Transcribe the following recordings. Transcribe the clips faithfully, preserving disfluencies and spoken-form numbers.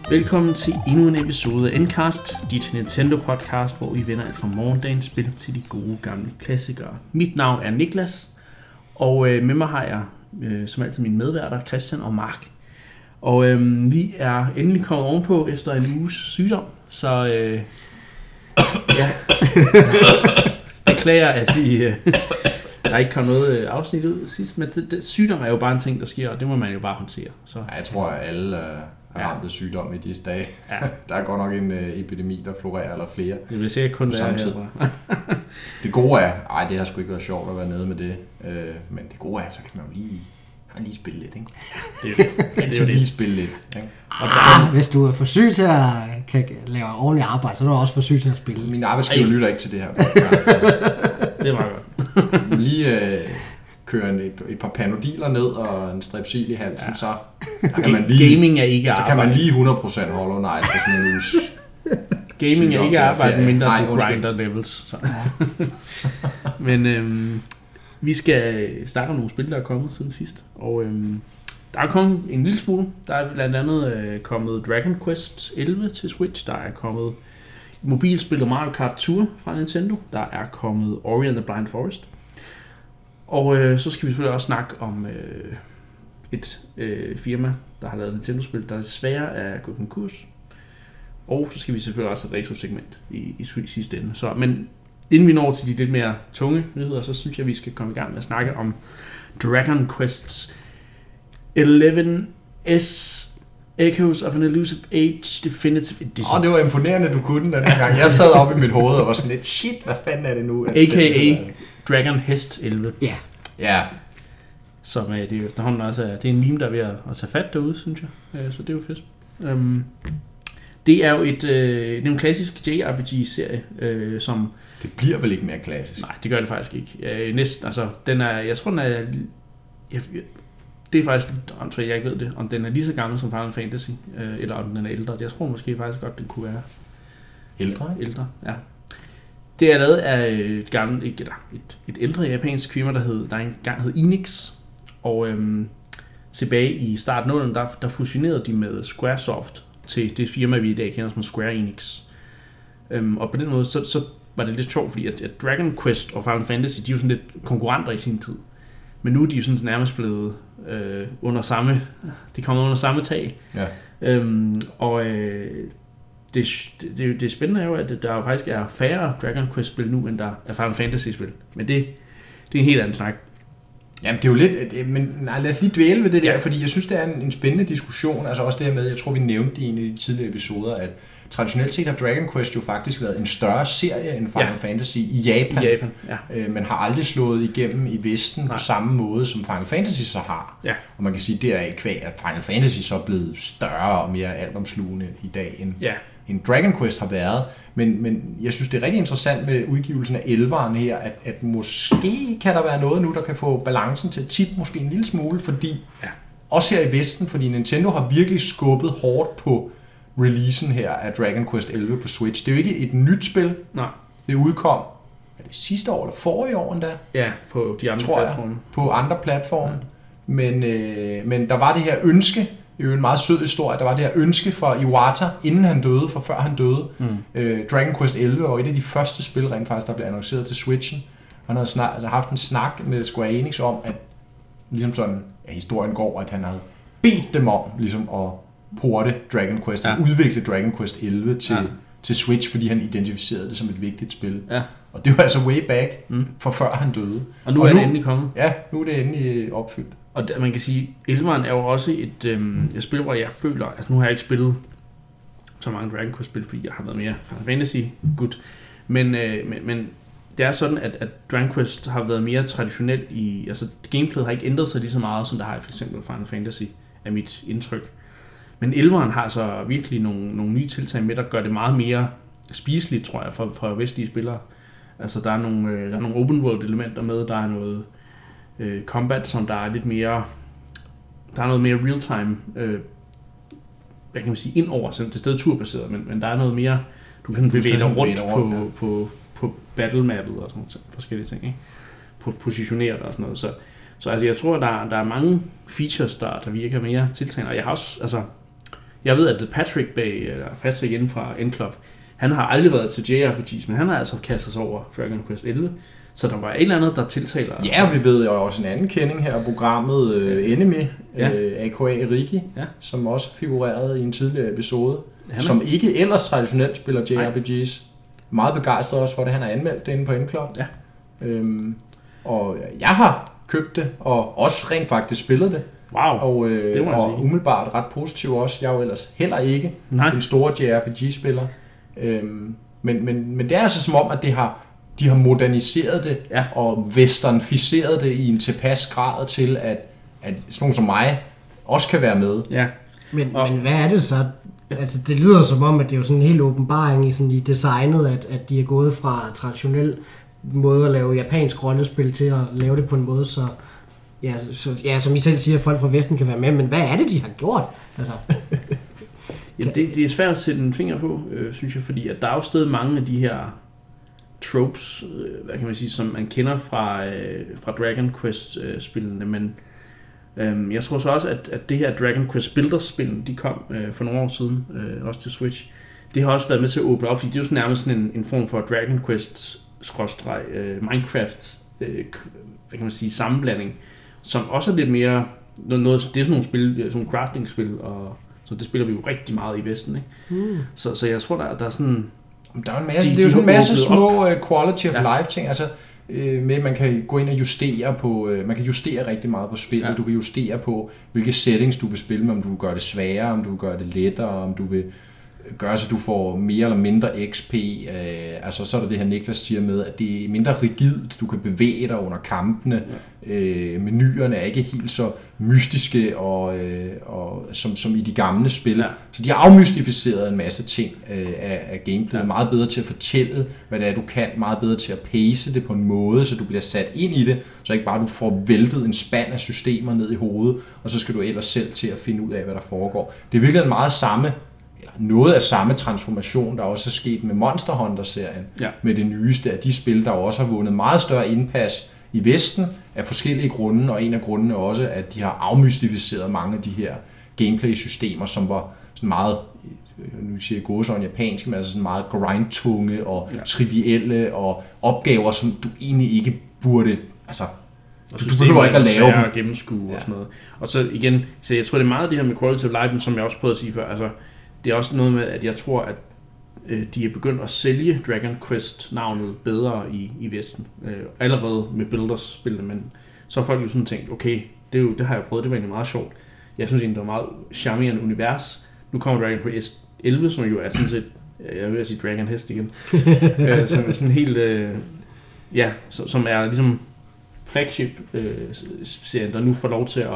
Velkommen til endnu en episode af Endcast, dit Nintendo podcast, hvor vi vender alt fra morgendagens spil til de gode gamle klassikere. Mit navn er Niklas, og øh, med mig har jeg øh, som altid mine medværter Christian og Mark. Og øh, vi er endelig kommet ovenpå efter en uges sygdom, så øh, ja, beklager, at vi øh, der ikke kom noget øh, afsnit ud sidst, men det, det, sygdom er jo bare en ting, der sker, og det må man jo bare håndtere. Så. Ja, jeg tror, at alle øh, har ramt af sygdom i disse dage. Ja. Der er godt nok en øh, epidemi, der florerer, eller flere. Det vil sikkert kun være her. Det gode er, ej, det har sgu ikke været sjovt at være nede med det, øh, men det gode er, så kan man jo lige, kan lige spille lidt, ikke? Det er jo det. Det er jo lige spille lidt, ikke? Og der, hvis du er for syg til at kan lave ordentligt arbejde, så er du også for syg til at spille. Min arbejdsgiver lytter ikke til det her. Det er meget godt. Lige øh, køre en, et, et par panodiler ned og en strepsil i halsen, ja. Så der kan man lige, gaming er ikke arbejde. Der kan man lige hundrede procent Hollow Knight på sådan en uges. Gaming er ikke arbejde, mindre Nej, du grinder levels. Så. Ja. Men øhm, vi skal starte nogle spil, der er kommet siden sidst. Og øhm, der er kommet en lille smule. Der er blandt andet øh, kommet Dragon Quest elleve til Switch. Der er kommet mobilspillet Mario Kart Tour fra Nintendo. Der er kommet Ori and the Blind Forest. Og øh, så skal vi selvfølgelig også snakke om øh, et øh, firma, der har lavet Nintendo-spil, der desværre er gået konkurs. Og så skal vi selvfølgelig også have et retro-segment i, i, i sidste ende. Så, men inden vi når til de lidt mere tunge nyheder, så synes jeg, at vi skal komme i gang med at snakke om Dragon Quest elleve S Echoes of an Elusive Age Definitive Edition. Åh, oh, det var imponerende, du kunne den den her gang. Jeg sad oppe i mit hoved og var sådan lidt, shit, hvad fanden er det nu? A K A Dragon Hest elleve. Ja. Yeah. Ja. Som er det efterhånden også er, det er en meme, der er ved at, at tage fat derude, synes jeg. Så det er jo fedt. Um, det er jo et, øh, det er en klassisk J R P G-serie, øh, som... Det bliver vel ikke mere klassisk? Nej, det gør det faktisk ikke. Øh, næsten, altså, den er, jeg tror, den er... Jeg, det er faktisk, om jeg ikke ved det, om den er lige så gammel som Final Fantasy, øh, eller om den er ældre. Jeg tror måske faktisk godt, den kunne være... Ældre? Ældre, ja. Det er lavet af et, gammelt, et, et, et ældre japansk firma, der, hed, der engang hed Enix. Og øhm, tilbage i starten af nullerne, der, der fusionerede de med Squaresoft til det firma, vi i dag kender som Square Enix. Øhm, og på den måde, så, så var det lidt sjovt, fordi at, at Dragon Quest og Final Fantasy, de er jo sådan lidt konkurrenter i sin tid. Men nu er de jo sådan nærmest blevet øh, under samme, de kommer under samme tag. Ja. Øhm, og øh, det, det, det, det spændende er jo, at der jo faktisk er færre Dragon Quest-spil nu, end der er Final Fantasy-spil. Men det, det er en helt anden snak. Jamen det er jo lidt, men nej, lad os lige dvæle ved det der, ja. Fordi jeg synes, det er en, en spændende diskussion, altså også det her med, jeg tror vi nævnte i en af de tidligere episoder, at traditionelt set har Dragon Quest jo faktisk været en større serie end Final ja. Fantasy i Japan, I Japan ja. øh, men har aldrig slået igennem i Vesten nej. På samme måde, som Final Fantasy så har. Ja. Og man kan sige, deraf kvæg, at Final Fantasy så er blevet større og mere altomslugende i dag, end, ja. end Dragon Quest har været. Men, men jeg synes, det er rigtig interessant med udgivelsen af elveren her, at, at måske kan der være noget nu, der kan få balancen til at tippe måske en lille smule, fordi ja. Også her i Vesten, fordi Nintendo har virkelig skubbet hårdt på releasen her af Dragon Quest elleve på Switch. Det er jo ikke et nyt spil. Nej. Det udkom er det sidste år eller forrige år endda? Ja, på de andre platforme. På andre platforme. Ja. Men, øh, men der var det her ønske, det er jo en meget sød historie, der var det her ønske fra Iwata, inden han døde, for før han døde. Mm. Øh, Dragon Quest elleve var et af de første spil, rent faktisk, der blev annonceret til Switchen. Han havde snak, haft en snak med Square Enix om, at ligesom sådan, ja, historien går, at han havde bedt dem om ligesom at porte Dragon Quest, ja. Og udvikle Dragon Quest elleve til, ja. Til Switch, fordi han identificerede det som et vigtigt spil. Ja. Og det var altså way back, mm. for før han døde. Og nu og er nu, det endelig kommet. Ja, nu er det endelig opfyldt. Og man kan sige, elveren er jo også et, øhm, et spil, hvor jeg føler, altså nu har jeg ikke spillet så mange Dragon Quest-spil, fordi jeg har været mere Final Fantasy, good. Men, øh, men, men det er sådan, at, at Dragon Quest har været mere traditionelt i, altså gameplayet har ikke ændret sig lige så meget, som der har i for eksempel Final Fantasy, er mit indtryk. Men elveren har altså virkelig nogle, nogle nye tiltag med, der gør det meget mere spiseligt, tror jeg, for, for vestlige spillere. Altså der er nogle, øh, der er nogle open world elementer med, der er noget øh, combat, som der er lidt mere, der er noget mere real time, øh, hvad kan man sige, indover, så det er stadig turbaseret, men, men der er noget mere, du kan bevæge dig rundt på, ja. på, på battle-mappet og sådan nogle forskellige ting, ikke? På positioneret og sådan noget, så, så altså jeg tror, der, der er mange features, der, der virker mere tiltalende, og jeg har også, altså Jeg ved, at Patrick bag, eller Patrick inden fra N-Club, han har aldrig været til J R P G's, men han har altså kastet sig over Dragon Quest elleve. Så der var et eller andet, der tiltaler... Ja, vi ved jo også en anden kending her, programmet uh, Enemy, ja. uh, A K A Riki, ja. som også figurerede i en tidligere episode, han som ikke ellers traditionelt spiller J R P G's. Meget begejstret også for det, han har anmeldt det inde på N-Club. Ja. Øhm, og jeg har købt det, og også rent faktisk spillet det. Wow, og, øh, det må jeg og sige. umiddelbart ret positiv også. Jeg er jo ellers heller ikke Nej. en stor J R P G-spiller. Øhm, men, men, men det er altså som om, at det har, de har moderniseret det, ja. og westernficeret det i en tilpas grad til, at, at sådan nogen som mig også kan være med. Ja. Men, og, men hvad er det så? Altså, det lyder som om, at det er jo sådan en helt åbenbaring i, sådan i designet, at, at de er gået fra traditionel måde at lave japansk rollespil til at lave det på en måde, så ja, så, ja, som I selv siger, folk fra Vesten kan være med, men hvad er det, de har gjort? Altså. Jamen, det, det er svært at sætte en finger på, øh, synes jeg, fordi at der er jo stadig mange af de her tropes, øh, hvad kan man sige, som man kender fra, øh, fra Dragon Quest-spillene, øh, men øh, jeg tror så også, at, at det her Dragon Quest Builders-spil, de kom øh, for nogle år siden, øh, også til Switch, det har også været med til at åbne op, fordi det er jo sådan nærmest sådan en, en form for Dragon Quest skråstreg øh, Minecraft, øh, hvad kan man sige, sammenblanding, som også er lidt mere, noget, noget, det er sådan nogle spil, sådan nogle crafting-spil, og så det spiller vi jo rigtig meget i Vesten, ikke? Mm. Så, så jeg tror, der, der er sådan... Der er en masse, de, det er jo sådan en masse små op. quality of ja. life ting, altså øh, med man kan gå ind og justere på, øh, man kan justere rigtig meget på spillet, ja. du kan justere på, hvilke settings du vil spille med, om du vil gøre det sværere, om du vil gøre det lettere, om du vil gøre så du får mere eller mindre X P, øh, altså så er der det her Niklas siger med, at det er mindre rigidt, du kan bevæge dig under kampene, ja. øh, menuerne er ikke helt så mystiske og, øh, og som, som i de gamle spil, ja. så de har afmystificeret en masse ting øh, af, af gameplayet, ja. meget bedre til at fortælle, hvad det er du kan, meget bedre til at pace det på en måde, så du bliver sat ind i det, så ikke bare du får væltet en spand af systemer ned i hovedet, og så skal du ellers selv til at finde ud af, hvad der foregår. Det er virkelig meget samme noget af samme transformation, der også er sket med Monster Hunter-serien, ja. med det nyeste af de spil, der også har vundet meget større indpas i Vesten af forskellige grunde, og en af grundene også, at de har afmystificeret mange af de her gameplay-systemer, som var sådan meget, nu siger jeg gåsøjne japansk, men altså sådan meget grindtunge og ja. trivielle og opgaver, som du egentlig ikke burde, altså og du behøver ikke at lave dem. Og gennemskue ja. og sådan noget. Og så igen, så jeg tror det er meget det her med quality of life, som jeg også prøvede at sige før, altså det er også noget med, at jeg tror, at øh, de er begyndt at sælge Dragon Quest-navnet bedre i, i Vesten. Øh, allerede med Builders-spillene, men så har folk jo sådan tænkt, okay, det, er jo, det har jeg prøvet, det var egentlig meget sjovt. Jeg synes egentlig, det var meget charmerende univers. Nu kommer Dragon Quest elleve, som jo er sådan set, jeg vil sige Dragon Hest igen, øh, som er sådan helt, øh, ja, som er ligesom flagship-serien, øh, der nu får lov til at,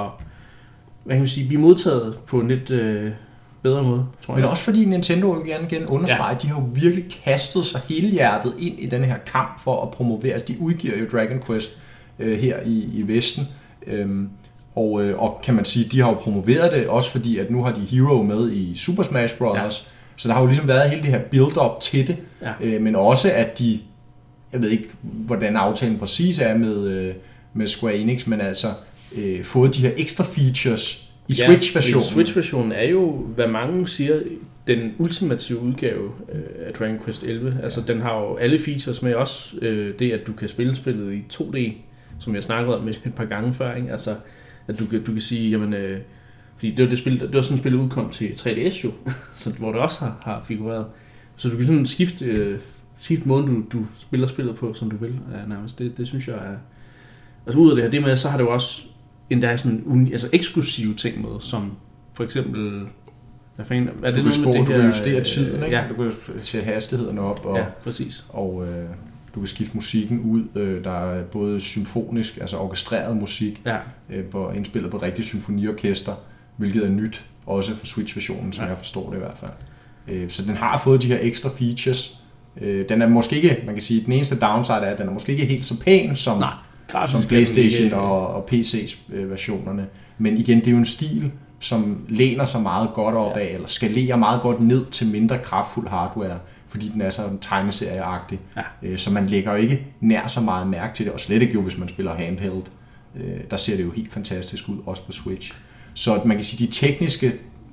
hvad kan man sige, blive modtaget på en lidt... Øh, bedre måde, tror jeg. Men også fordi Nintendo jo gerne igen understreger, ja. de har jo virkelig kastet sig helhjertet ind i den her kamp for at promovere. Altså, de udgiver jo Dragon Quest øh, her i, i Vesten, øhm, og, øh, og kan man sige, de har jo promoveret det, også fordi at nu har de Hero med i Super Smash Bros. Ja. Så der har jo ligesom været hele det her build-up til det, ja. øh, men også at de, jeg ved ikke, hvordan aftalen præcis er med, øh, med Square Enix, men altså øh, fået de her ekstra features i ja, Switch-versionen. Switch-versionen er jo, hvad mange siger, den ultimative udgave øh, af Dragon Quest elleve. Ja. Altså, den har jo alle features med, også øh, det, at du kan spille spillet i to D, som jeg snakkede om et par gange før, ikke? Altså, at du, du kan sige, jamen, øh, fordi det var, det, spil, det var sådan et spil, udkom til tre D S jo, så, hvor det også har, har figureret. Så du kan sådan skifte, øh, skifte måden, du, du spiller spillet på, som du vil, ja, nærmest. Det, det synes jeg er... Altså, ud af det her, det med, så har det jo også endda er sådan uni, altså eksklusive ting med, som for eksempel, hvad fanden, er det du noget spore, med det du her? kan justere tiden, ikke? Ja. Du kan sætte hastigheden op, og, ja, præcis. og øh, du kan skifte musikken ud. Øh, der er både symfonisk, altså orkestreret musik, ja. øh, på, indspillet på et rigtigt symfoniorkester, hvilket er nyt, også for Switch-versionen, som ja. jeg forstår det i hvert fald. Øh, så den har fået de her ekstra features. Øh, den er måske ikke, man kan sige, den eneste downside er, at den er måske ikke helt så pæn som... Nej. som PlayStation ikke, og, og P C-versionerne. Men igen, det er jo en stil, som læner sig meget godt op af, ja. eller skalerer meget godt ned til mindre kraftfuld hardware, fordi den er så tegneserieagtig. Ja. Så man lægger jo ikke nær så meget mærke til det, og slet ikke jo, hvis man spiller handheld. Der ser det jo helt fantastisk ud, også på Switch. Så man kan sige, de tekniske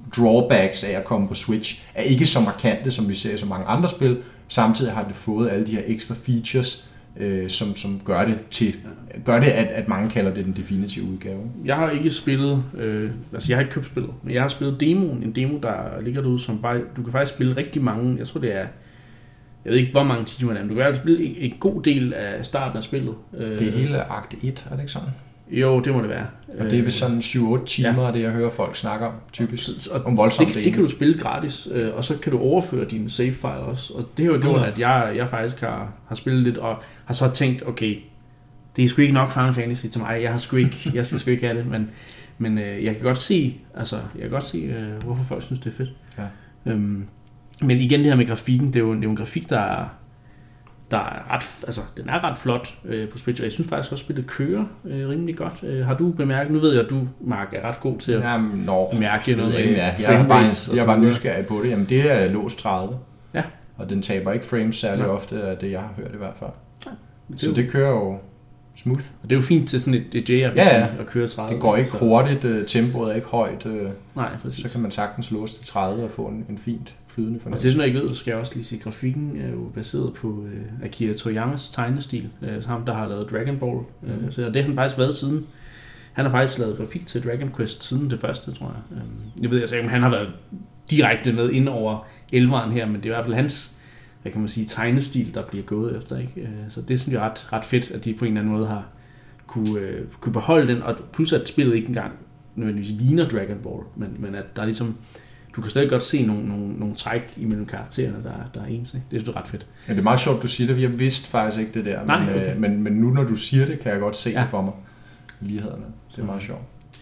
drawbacks af at komme på Switch er ikke så markante, som vi ser i så mange andre spil. Samtidig har det fået alle de her ekstra features, øh, som, som gør det til, gør det, at, at mange kalder det den definitive udgave. Jeg har ikke spillet, øh, altså jeg har ikke købt spillet, men jeg har spillet demoen, en demo, der ligger derude, som bare, du kan faktisk spille rigtig mange, jeg tror det er, jeg ved ikke hvor mange timer det er, men du kan altså spille en, en god del af starten af spillet. Det er hele akt et, er det ikke sådan? Jo, det må det være. Og det er vist sådan syv otte timer, ja. Det jeg hører folk snakke om, typisk. Og om voldsomt det, det kan du spille gratis, og så kan du overføre dine save-file også. Og det har jo gjort, at jeg, jeg faktisk har, har spillet lidt, og har så tænkt, okay, det er sgu ikke nok Final Fantasy til mig, jeg, har sgu ikke, jeg skal sgu ikke have det, men, men øh, jeg kan godt se, altså, jeg kan godt se øh, hvorfor folk synes, det er fedt. Ja. Øhm, men igen det her med grafikken, det er jo, det er jo en grafik, der er, der er ret, altså, den er ret flot øh, på Switch, og jeg synes faktisk også, at spillet kører øh, rimelig godt. Øh, har du bemærket, nu ved jeg, at du, Mark, er ret god til at Jamen, nå, mærke noget af ja, jeg er bare, jeg er bare nysgerrig på det. Jamen, det er låst tredive, ja. Og den taber ikke frames særlig ja. ofte, af det jeg har hørt i hvert fald. Ja, det så jo, det kører jo smooth. Og det er jo fint til sådan et, et J R P G ja, ja. At køre tredive. Det går ikke så hurtigt, tempoet er ikke højt. Nej, præcis. Så kan man sagtens låse til tredive og få en, en fint flydende fornemmelse. Og til sådan, jeg ikke ved, så skal jeg også lige sige, at grafikken er jo baseret på uh, Akira Toyamas tegnestil. Uh, ham, der har lavet Dragon Ball. Mm. Uh, så det har han faktisk været siden. Han har faktisk lavet grafik til Dragon Quest siden det første, tror jeg. Um, jeg ved altså ikke, om han har været direkte med ind over elveren her, men det er i hvert fald hans, hvad kan man sige, tegnestil, der bliver gået efter. Ikke? Uh, så det synes jeg er ret, ret fedt, at de på en eller anden måde har kunne, uh, kunne beholde den, og plus at spillet ikke engang nødvendigvis ligner Dragon Ball, men, men at der er ligesom du kan stadig godt se nogle, nogle, nogle træk imellem karaktererne, der, der er ens. Ikke? Det synes jeg er ret fedt. Ja, det er meget sjovt, du siger det. Vi har vidst faktisk ikke det der. Men, Nej, okay. men, men nu, når du siger det, kan jeg godt se ja. det for mig. Lighederne. Det er meget sjovt.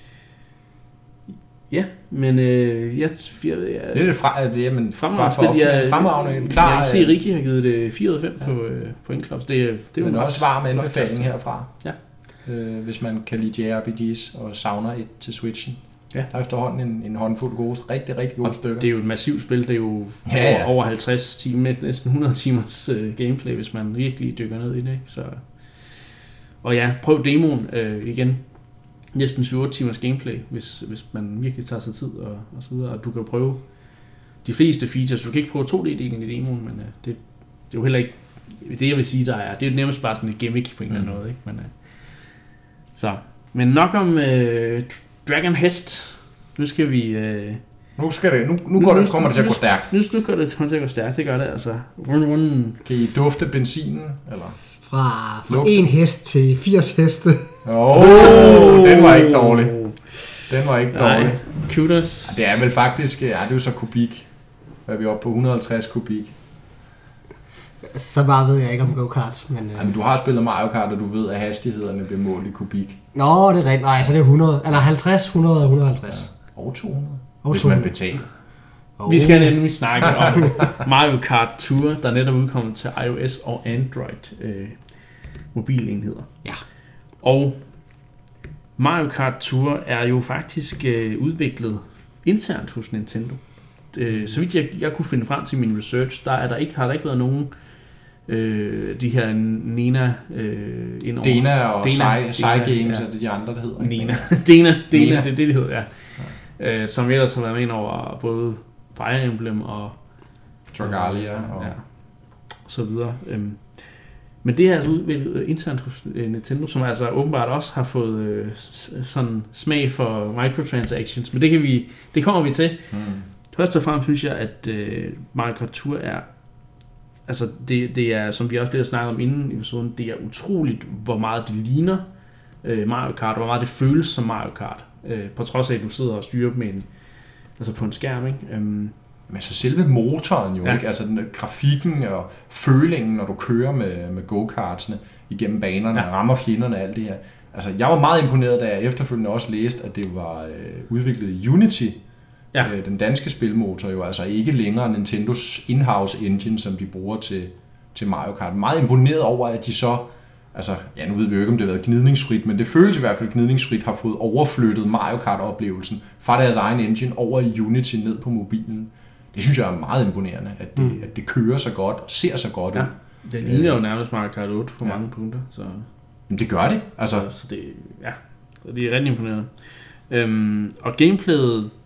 Ja, men øh, jeg, jeg, jeg... Det er det fra... Det er, men fremragende spil. Jeg, fremragende. Klar, jeg kan se, at Ricky har givet det fire ud af fem ja. på, øh, på Inclubs. Det, det er jo men også varm anbefaling herfra. Ja. Øh, hvis man kan lide J R P Gs og savner et til Switchen. Ja. Der er efterhånden en, en håndfuld gode, rigtig, rigtig gode og stykker. Det er jo et massivt spil, det er jo ja, ja. over halvtreds timer, næsten hundrede timers uh, gameplay, hvis man virkelig dykker ned i det. Ikke? Så... Og ja, prøv demoen uh, igen. Næsten syv otte timers gameplay, hvis, hvis man virkelig tager sig tid og, og så videre. Og du kan prøve de fleste features. Du kan ikke prøve to D-delen i demoen, men uh, det, det er jo heller ikke det, jeg vil sige, der er. Det er jo nærmest bare sådan et gimmick på en eller anden mm. måde. Ikke? Men, uh, så. Men nok om uh, Dragon Hest. Nu skal vi... Øh... Nu, skal det, nu, nu, går det, kommer det til at gå stærkt. Nu, nu går det til at gå stærkt, det gør det altså. Run, run. Kan I dufte benzinen? Eller? Fra, fra en hest til firs heste. Åh, oh, den var ikke dårlig. Den var ikke dårlig. Nej, kudos. Det er vel faktisk... Ja, det er jo så kubik. Hvad er vi oppe på? et hundrede og halvtreds kubik. Så bare ved jeg ikke om go-karts, men... Ja, men du har spillet Mario Kart, og du ved, at hastighederne bliver målt i kubik. Nå, det er rigtigt. Nej, så det er hundrede. Eller halvtreds, hundrede og et hundrede og halvtreds. Ja. Og to hundrede. Og hvis man betaler. Oh. Vi skal nemlig snakke om Mario Kart Tour, der netop udkommet til iOS og Android øh, mobilenheder. Ja. Og Mario Kart Tour er jo faktisk øh, udviklet internt hos Nintendo. Øh, så vidt jeg, jeg kunne finde frem til min research, der er der ikke har der ikke været nogen øh, de her Nena øh, indover. Dena og Sai Games, ja. Er det de andre der hedder? Nena. Dena, Dena, det er det det hedder, ja. ja. Øh, som ellers har været med ind over både Fire Emblem og Dragalia og ja, så videre. Øhm, men det er altså udviklet internt hos Nintendo, som altså åbenbart også har fået øh, sådan smag for microtransactions, men det kan vi, det kommer vi til. Hmm. Først og fremmest synes jeg, at øh, Mario Kart Tour er, altså det, det er, som vi også lige har snakket om inden i episoden, det er utroligt, hvor meget det ligner øh, Mario Kart, og hvor meget det føles som Mario Kart, øh, på trods af, at du sidder og styrer med en, altså på en skærm, ikke? Um, Men så selve motoren jo, ja. Ikke? Altså den, grafikken og følingen, når du kører med, med go-kartsene igennem banerne, ja. Rammer fjenderne og alt det her. Altså jeg var meget imponeret, da jeg efterfølgende også læste, at det var øh, udviklet i Unity. Ja. Øh, den danske spilmotor jo altså ikke længere Nintendos in-house engine, som de bruger til, til Mario Kart. Meget imponeret over, at de så, altså ja, nu ved vi jo ikke, om det har været gnidningsfrit, men det føles i hvert fald gnidningsfrit, har fået overflyttet Mario Kart-oplevelsen fra deres egen engine over i Unity ned på mobilen. Det synes jeg er meget imponerende, at det, mm. at det kører så godt og ser så godt ja. ud. Det ligner jo nærmest Mario Kart otte på ja. mange punkter. Så. Jamen det gør det. Altså. Så, så det, ja, så det er rigtig imponerende. Øhm, og gameplayet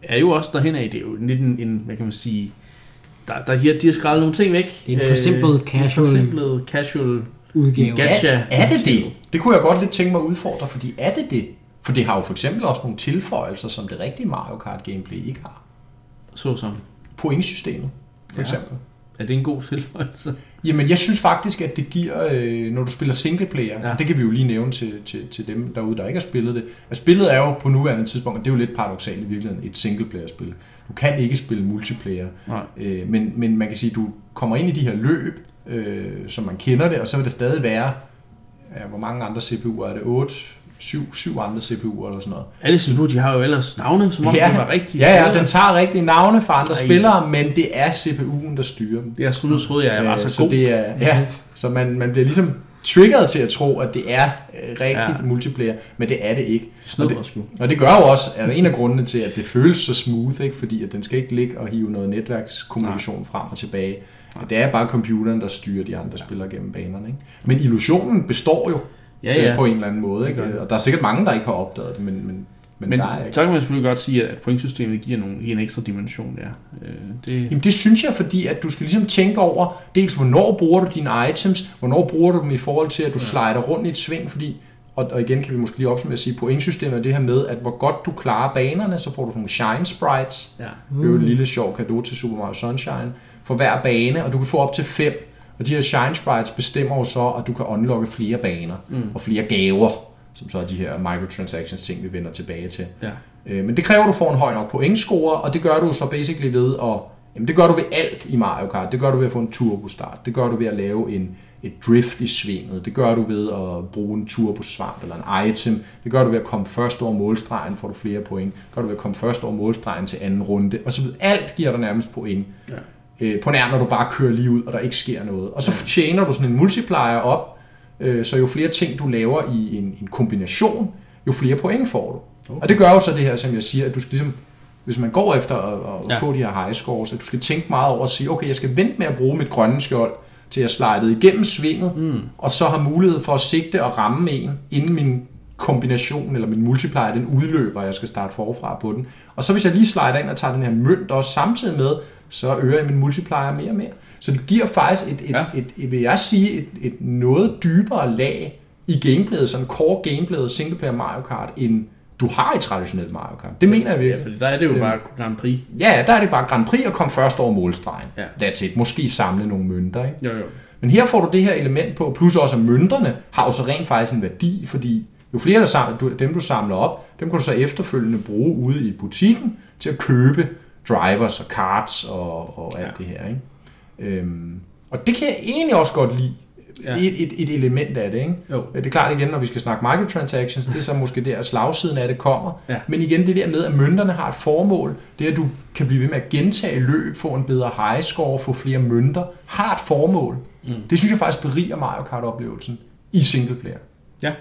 er jo også derhen af, det er jo lidt en, en hvad kan man sige, der, der de, har, de har skrevet nogle ting væk. Det er en forsimplet øh, casual, forsimplet casual udgave. Gacha. Er, er det det? Det kunne jeg godt lidt tænke mig at udfordre, fordi er det det? For det har jo for eksempel også nogle tilføjelser, som det rigtige Mario Kart gameplay ikke har. Så som? Pointsystemet, for ja. eksempel. Er det en god tilføjelse? Jamen, jeg synes faktisk, at det giver, øh, når du spiller singleplayer, ja. det kan vi jo lige nævne til, til, til dem derude, der ikke har spillet det. At spillet er jo på nuværende tidspunkt, og det er jo lidt paradoksalt i virkeligheden, et singleplayer-spil. Du kan ikke spille multiplayer, øh, men, men man kan sige, at du kommer ind i de her løb, øh, som man kender det, og så vil det stadig være, ja, hvor mange andre C P U'er er det? otte? Syv, syv andre C P U'er eller sådan noget. Alle C P U'er, de har jo ellers navne, som om ja, det var rigtige. Ja, ja, den tager rigtige navne fra andre Ej. spillere, men det er C P U'en, der styrer dem. Det er nu troede jeg, jeg var så, så god. Det er, ja, så man, man bliver ligesom triggeret til at tro, at det er rigtigt ja. multiplayer, men det er det ikke. Det og, det, og det gør jo også, er en af grundene til, at det føles så smooth, ikke? Fordi at den skal ikke ligge og hive noget netværkskommunikation Nej. frem og tilbage. Nej. Det er bare computeren, der styrer de andre ja. spillere gennem banerne. Ikke? Men illusionen består jo. Ja, ja. På en eller anden måde, ikke? Og der er sikkert mange, der ikke har opdaget det, men, men, men, men der er ikke. Så kan man selvfølgelig godt sige, at pointsystemet giver, nogle, giver en ekstra dimension der. Det... Jamen det synes jeg, fordi at du skal ligesom tænke over, dels hvornår bruger du dine items, hvornår bruger du dem i forhold til, at du ja. slider rundt i et sving, fordi, og, og igen kan vi måske lige opsummere at sige, pointsystemet er det her med, at hvor godt du klarer banerne, så får du nogle shine sprites. Ja. Mm. Det er jo et lille sjov cadeau til Super Mario Sunshine, for hver bane, og du kan få op til fem. Og de her shine sprites bestemmer jo så, at du kan unlocke flere baner mm. og flere gaver, som så er de her microtransactions ting, vi vender tilbage til. Ja. Øh, men det kræver, at du får en høj nok pointscore, og det gør du så basically ved at... Jamen det gør du ved alt i Mario Kart. Det gør du ved at få en turbostart. Det gør du ved at lave en, et drift i svinget. Det gør du ved at bruge en turbosvamp eller en item. Det gør du ved at komme først over målstregen, får du flere point. Det gør du ved at komme først over målstregen til anden runde. Og så ved alt giver dig nærmest point. Ja. På nær, når du bare kører lige ud, og der ikke sker noget. Og så tjener du sådan en multiplier op, øh, så jo flere ting du laver i en, en kombination, jo flere point får du. Okay. Og det gør jo så det her, som jeg siger, at du skal ligesom, hvis man går efter at, at ja. få de her high scores, at du skal tænke meget over at sige, okay, jeg skal vente med at bruge mit grønne skjold, til jeg slidede igennem svinget, mm. og så har mulighed for at sigte og ramme en, inden min kombination, eller min multiplier, den udløber, og jeg skal starte forfra på den. Og så hvis jeg lige slider ind og tager den her mønt også samtidig med, så øger jeg min multiplier mere og mere. Så det giver faktisk et, et, ja. et, et vil jeg sige, et, et noget dybere lag i gameplayet, sådan core gameplayet, singleplayer Mario Kart, end du har i traditionelt Mario Kart. Det mener jeg virkelig. Ja, fordi der er det jo bare Grand Prix. Ja, der er det bare Grand Prix og komme først over målstregen. Ja. That's it. Måske samle nogle mønter, ikke? Jo, jo. Men her får du det her element på, plus også at mønterne har jo så rent faktisk en værdi, fordi jo flere der samler, dem du samler op, dem kan du så efterfølgende bruge ude i butikken til at købe drivers og cards og, og alt ja. det her, ikke? Øhm, og det kan jeg egentlig også godt lide, ja. et, et, et element af det, ikke? Jo. Det er klart igen, når vi skal snakke microtransactions, det er så måske der, at slagsiden af det kommer, ja. men igen det der med, at mønterne har et formål, det at du kan blive ved med at gentage løb, få en bedre high score, få flere mønter, har et formål. Mm. Det synes jeg faktisk beriger Mario Kart-oplevelsen i singleplayer. Ja.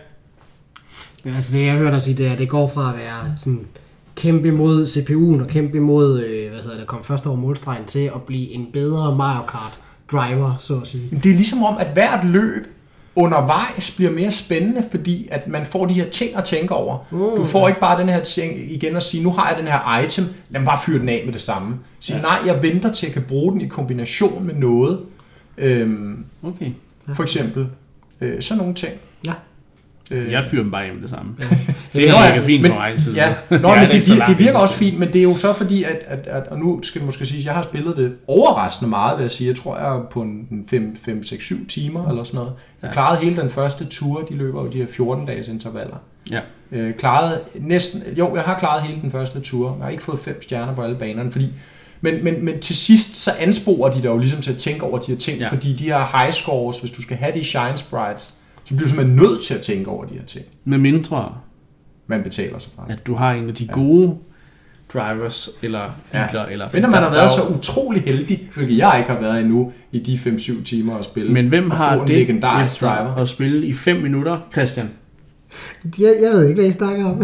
Ja, altså det jeg hørte dig sige, det er, det går fra at være sådan kæmpe imod C P U'en og kæmpe imod, øh, hvad hedder det, kom først over målstregen til at blive en bedre Mario Kart driver, så at sige. Det er ligesom om, at hvert løb undervejs bliver mere spændende, fordi at man får de her ting at tænke over. Mm. Du får ikke bare den her ting igen at sige, nu har jeg den her item, lad mig bare fyre den af med det samme. Sige, ja. nej, jeg venter til at kan bruge den i kombination med noget. Øhm, okay. Ja. For eksempel. Øh, sådan nogle ting. Ja. Jeg fyrer dem bare hjem det samme. Ja. Det er ikke fint for mig. Ja, Nå, men det, det, det virker også fint, men det er jo så fordi, at, at, at og nu skal jeg måske sige, at jeg har spillet det overraskende meget, vil jeg sige. Jeg tror, jeg er på en fem, seks, syv timer eller sådan noget. Jeg ja. klarede hele den første tur, de løber jo de her fjorten-dages intervaller. Ja. Øh, klarede næsten, jo, jeg har klaret hele den første tur. Jeg har ikke fået fem stjerner på alle banerne, fordi Men, men, men til sidst så ansporer de dig jo ligesom til at tænke over de her ting, ja. fordi de her high scores, hvis du skal have de shine sprites, så bliver du simpelthen nødt til at tænke over de her ting. Med mindre man betaler sig fra. At du har en af de gode ja. drivers, eller biler, ja. eller... Men når man har været så utrolig heldig, hvilket jeg ikke har været endnu, i de fem syv timer at spille. Men hvem har det driver at spille i fem minutter, Christian? Jeg, jeg ved ikke, hvad I snakker om.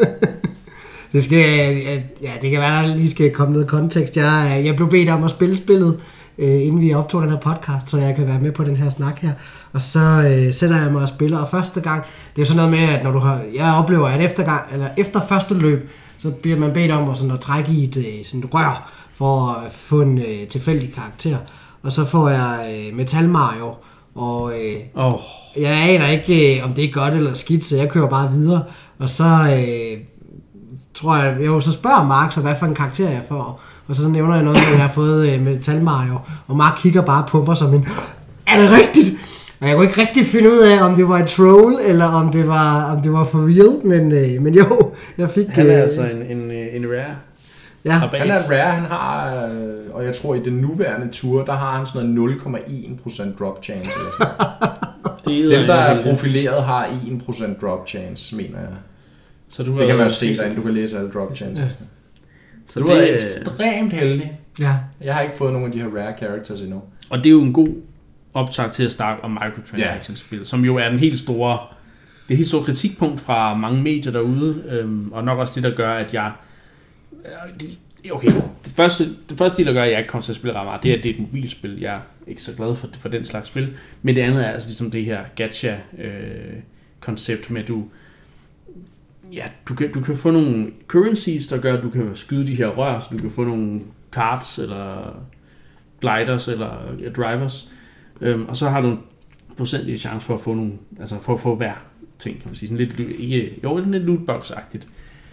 Det skal, ja, det kan være, at der lige skal komme noget kontekst. Jeg, jeg blev bedt om at spille spillet, øh, inden vi optog den her podcast, så jeg kan være med på den her snak her. Og så øh, sætter jeg mig og spiller, og første gang, det er jo sådan noget med, at når du har, jeg oplever, at efter, gang, eller efter første løb, så bliver man bedt om at, sådan, at trække i et, sådan et rør for at få en øh, tilfældig karakter. Og så får jeg øh, Metal Mario, og øh, oh. jeg aner ikke, øh, om det er godt eller skidt, så jeg kører bare videre. Og så øh, tror jeg, jo, så spørger Mark så, hvad for en karakter jeg får. Og så nævner jeg noget, at jeg har fået øh, Metal Mario, og Mark kigger bare på mig som en, er det rigtigt? Og jeg kunne ikke rigtig finde ud af, om det var et troll, eller om det var, om det var for real, men, øh, men jo, jeg fik... Han er øh, altså en, en, en rare. Ja. Han er en rare, han har, øh, og jeg tror i den nuværende tur, der har han sådan noget nul komma en procent drop chance. Eller sådan. Dem, der er profileret, har en procent drop chance, mener jeg. Så du det kan man jo se derinde, du kan læse alle drop chances. Ja. Så du det, er ekstremt heldig. Ja. Jeg har ikke fået nogen af de her rare characters endnu. Og det er jo en god optag til at snakke om microtransactions-spil, yeah. som jo er den helt store, det helt store kritikpunkt fra mange medier derude, øhm, og nok også det, der gør, at jeg... Okay, det første, det første del, der gør, at jeg ikke kommer til at spille ret meget, det er, at det er et mobilspil. Jeg er ikke så glad for, for den slags spil. Men det andet er altså ligesom det her gacha-koncept med, at du... Ja, du kan, du kan få nogle currencies, der gør, at du kan skyde de her rør, så du kan få nogle cards, eller gliders, eller drivers. Øhm, og så har du en procentig chance for at få nogle, altså for at få hver ting, kan man sige. Sådan lidt, ikke, jo, lidt lootbox-agtigt.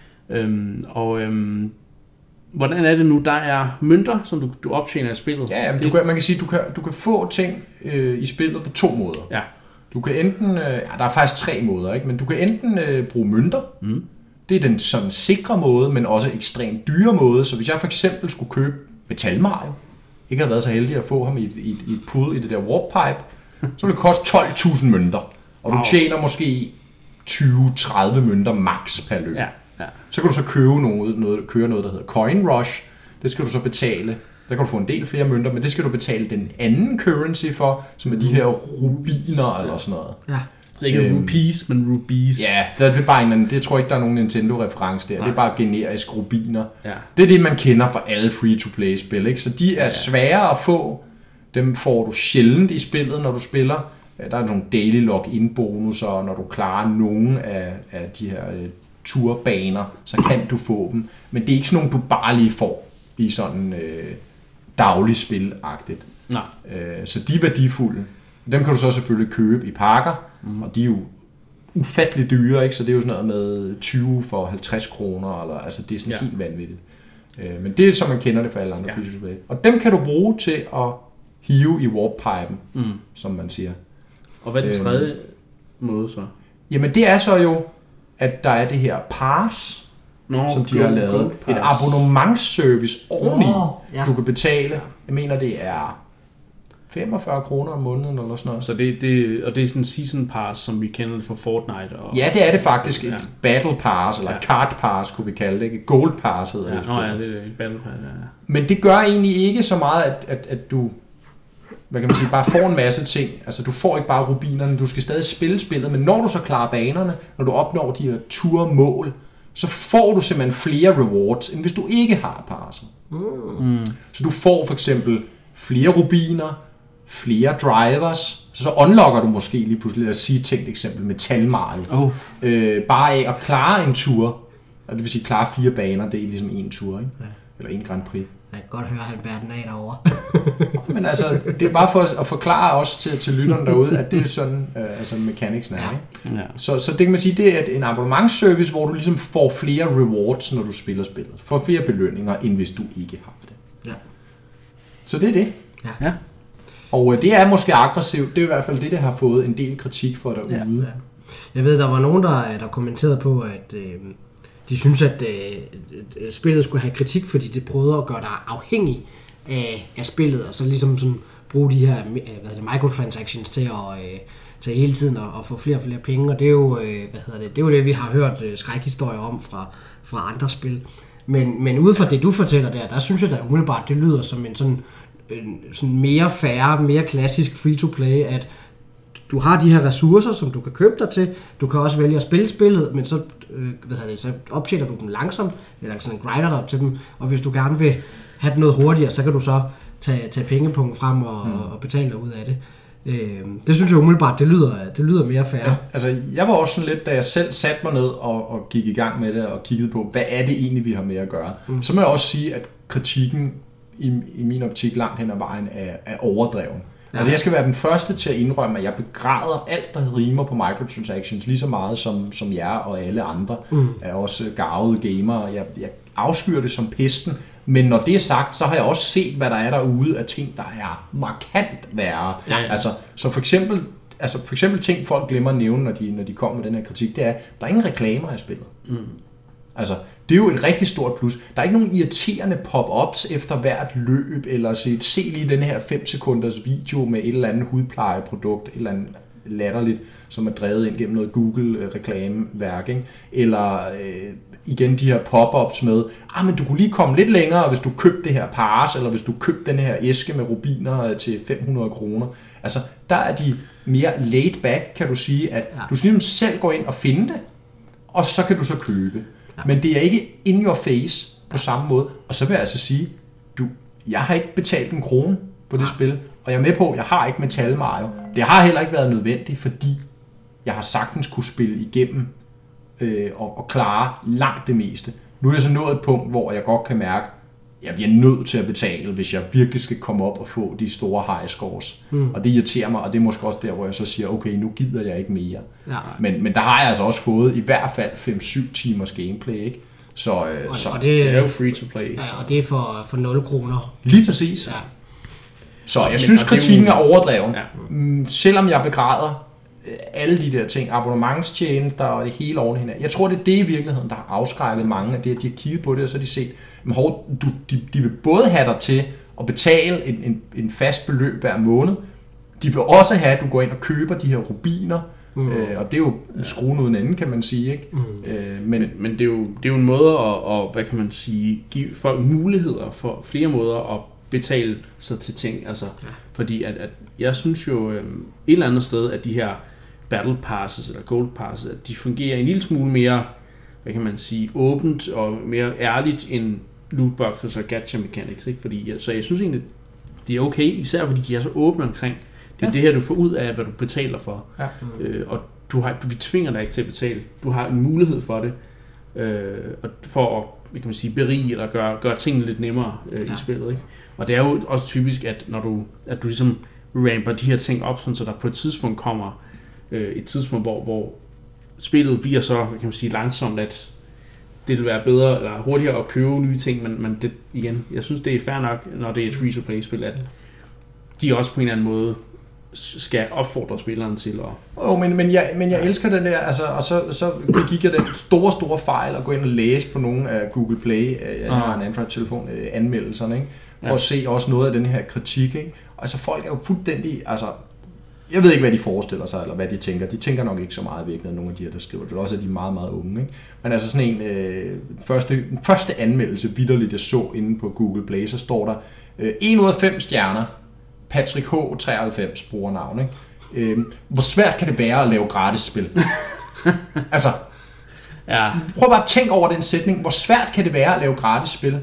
Øhm, og øhm, hvordan er det nu? Der er mønter, som du, du optjener i spillet. Ja, men du kan, man kan sige, du kan, du kan få ting øh, i spillet på to måder. Ja. Du kan enten, øh, ja, der er faktisk tre måder, ikke? Men du kan enten øh, bruge mønter. Mm. Det er den sådan sikre måde, men også ekstremt dyre måde. Så hvis jeg for eksempel skulle købe Metal Mario, ikke havde været så heldig at få ham i et, i et, i et pool i det der warp pipe, så vil det koste tolv tusind mønter. Og wow. Du tjener måske tyve til tredive mønter max per løb. Ja, ja. Så kan du så købe noget, noget, køre noget, der hedder Coin Rush. Det skal du så betale. Der kan du få en del flere mønter, men det skal du betale den anden currency for, som er de her rubiner eller sådan noget. Ja. Det er ikke øhm, rupees, men rubies. Ja, det er bare en anden, det tror jeg ikke, der er nogen Nintendo-reference der. Nej. Det er bare generisk rubiner. Ja. Det er det, man kender fra alle free-to-play-spil, ikke? Så de er svære at få. Dem får du sjældent i spillet, når du spiller. Der er nogle daily login-bonusser, når du klarer nogen af, af de her uh, turbaner, så kan du få dem. Men det er ikke sådan nogle, du bare lige får i sådan uh, daglig spil-agtigt. Nej. Uh, så de er værdifulde. Dem kan du så selvfølgelig købe i pakker, mm. og de er jo ufattelig dyre, ikke? Så det er jo sådan noget med tyve for halvtreds kroner, eller, altså det er sådan ja. helt vanvittigt. Uh, men det er som man kender det for alle andre ja. free-to-play. Og dem kan du bruge til at hive i warp-pipen, mm. som man siger. Og hvad er den tredje øhm, måde så? Jamen det er så jo, at der er det her pass, Nå, som de go, har lavet. Et abonnementsservice oveni, ja. du kan betale. Jeg mener det er femogfyrre kroner om måneden eller sådan noget. Så det, det, og det er sådan en season pass, som vi kender det fra Fortnite. Og, ja, det er det faktisk. Et ja. battle pass, eller ja. et card pass, kunne vi kalde det. Et gold pass hedder ja. det. Nå ja, det er et battle pass, ja. Men det gør egentlig ikke så meget, at, at, at du... hvad kan man sige, bare får en masse ting. Altså, du får ikke bare rubinerne, du skal stadig spille spillet, men når du så klarer banerne, når du opnår de her turmål, så får du simpelthen flere rewards, end hvis du ikke har passet. Mm. Så du får for eksempel flere rubiner, flere drivers, så så unlocker du måske lige pludselig, at sige tænkt eksempel Metal Mario. Oh. Øh, bare af at klare en tur, og det vil sige klare fire baner, det er ligesom en tur, ikke? Ja. Eller en Grand Prix. Jeg kan godt høre, at han bærer den af derovre. Men altså, det er bare for at forklare også til, til lytterne derude, at det er sådan, øh, altså mechanics er, ikke? Ja. Så, så det kan man sige, det er en abonnementsservice, hvor du ligesom får flere rewards, når du spiller spillet. Får flere belønninger, end hvis du ikke har det. Ja. Så det er det. Ja. Ja. Og øh, det er måske aggressivt. Det er i hvert fald det, der har fået en del kritik for derude. Ja. Ja. Jeg ved, der var nogen, der, der kommenterede på, at... Øh, de synes, at øh, spillet skulle have kritik, fordi det prøvede at gøre dig afhængig af, af spillet, og så ligesom sådan bruge de her hvad hedder det, microtransactions til at, øh, til hele tiden at, at få flere og flere penge, og det er jo, øh, hvad hedder det, det er jo det, vi har hørt øh, skrækhistorier om fra, fra andre spil. Men, men ud fra det, du fortæller der, der synes jeg da umiddelbart, det lyder som en sådan, en, sådan mere fair, mere klassisk free-to-play, at du har de her ressourcer, som du kan købe dig til. Du kan også vælge at spille spillet, men så, øh, hvad det, så optjener du dem langsomt, eller sådan grinder dig til dem. Og hvis du gerne vil have noget hurtigere, så kan du så tage, tage pengepunkten frem og, mm. og betale dig ud af det. Øh, det synes jeg umiddelbart, det lyder, det lyder mere fair. Ja, altså, jeg var også sådan lidt, da jeg selv satte mig ned og, og gik i gang med det, og kiggede på, hvad er det egentlig, vi har med at gøre. Mm. Så må jeg også sige, at kritikken i, i min optik langt hen ad vejen er, er overdreven. Ja. Altså, jeg skal være den første til at indrømme, at jeg begræder alt, der rimer på microtransactions, lige så meget som, som jer og alle andre mm. er også garvede gamere. Jeg, jeg afskyer det som pesten, men når det er sagt, så har jeg også set, hvad der er derude af ting, der er markant værre. Ja, ja. Altså, så for eksempel, altså for eksempel ting, folk glemmer at nævne, når de, når de kommer med den her kritik, det er, der er ingen reklamer i spillet. Mm. Altså, det er jo et rigtig stort plus. Der er ikke nogen irriterende pop-ups efter hvert løb, eller se, se lige den her fem sekunders video med et eller andet hudplejeprodukt, et eller andet latterligt, som er drevet ind gennem noget Google-reklameværk, ikke? Eller øh, igen de her pop-ups med, ah, men du kunne lige komme lidt længere, hvis du købte det her pars, eller hvis du købte den her æske med rubiner til fem hundrede kroner. Altså, der er de mere laid back, kan du sige, at ja. Du skal ligesom selv gå ind og finde det, og så kan du så købe. Ja. Men det er ikke in your face på samme måde. Og så vil jeg altså sige, du, jeg har ikke betalt en krone på det ja. Spil, og jeg er med på, at jeg har ikke Metal Mario. Det har heller ikke været nødvendigt, fordi jeg har sagtens kunne spille igennem øh, og, og klare langt det meste. Nu er jeg så nået et punkt, hvor jeg godt kan mærke, at jeg bliver nødt til at betale, hvis jeg virkelig skal komme op og få de store high scores. Mm. Og det irriterer mig, og det er måske også der, hvor jeg så siger, okay, nu gider jeg ikke mere. Ja. Men, men der har jeg altså også fået i hvert fald fem til syv timers gameplay, ikke? Så, øh, og, så og det, det er jo free to play. Ja, og det er for, for nul kroner. Lige præcis. Ja. Så jeg men, synes, kritikken er overdreven. Ja. Selvom jeg begræder alle de der ting, abonnementstjenester og det hele oven hinanden. Jeg tror, det er det i virkeligheden, der har afskrækket mange af det, at de har kigget på det, og så har de set, men hov, du, de, de vil både have dig til at betale en, en, en fast beløb hver måned, de vil også have, at du går ind og køber de her rubiner, mm. øh, og det er jo skruen uden ende, kan man sige, ikke? Mm. Øh, men, men, men det, er jo, det er jo en måde at, at, hvad kan man sige, give folk muligheder for flere måder at betale sig til ting, altså, ja. Fordi at, at jeg synes jo øh, et eller andet sted, at de her battle passes eller gold passes, at de fungerer en lille smule mere, hvad kan man sige, åbent og mere ærligt end lootboxes og gacha mechanics, ikke? Fordi, så jeg synes egentlig, det er okay, især fordi de er så åbne omkring. Det er ja. Det her, du får ud af, hvad du betaler for. Ja. Øh, og du har, du, vi tvinger dig ikke til at betale. Du har en mulighed for det, øh, for at, hvad kan man sige, berige eller gøre, gøre tingene lidt nemmere øh, ja. I spillet, ikke? Og det er jo også typisk, at når du, at du ligesom ramper de her ting op, sådan, så der på et tidspunkt kommer øh, et tidspunkt, hvor, hvor spillet bliver så, hvad kan man sige, langsomt, at det vil være bedre eller hurtigere at købe nye ting, men, men det, igen, jeg synes, det er fair nok, når det er et free-to-play-spil, at de også på en eller anden måde skal opfordre spilleren til at... Oh, men, men, jeg, men jeg elsker den der, altså, og så, så gik jeg den store, store fejl at gå ind og læse på nogle af Google Play, jeg har en Android-telefon, anmeldelserne, ikke? For ja. At se også noget af den her kritik, ikke? Altså folk er jo fuldstændig, altså, jeg ved ikke, hvad de forestiller sig, eller hvad de tænker. De tænker nok ikke så meget i virkeligheden, nogle af de her, der skriver det. Også er de meget, meget unge, ikke? Men altså sådan en, øh, første, første anmeldelse, vitterligt jeg så inde på Google Play, så står der øh, en ud af fem stjerner, Patrick H. treoghalvfems brugernavn, ikke? Øh, hvor svært kan det være at lave gratis spil? Altså, ja. Prøv bare at tænke over den sætning. Hvor svært kan det være at lave gratis spil?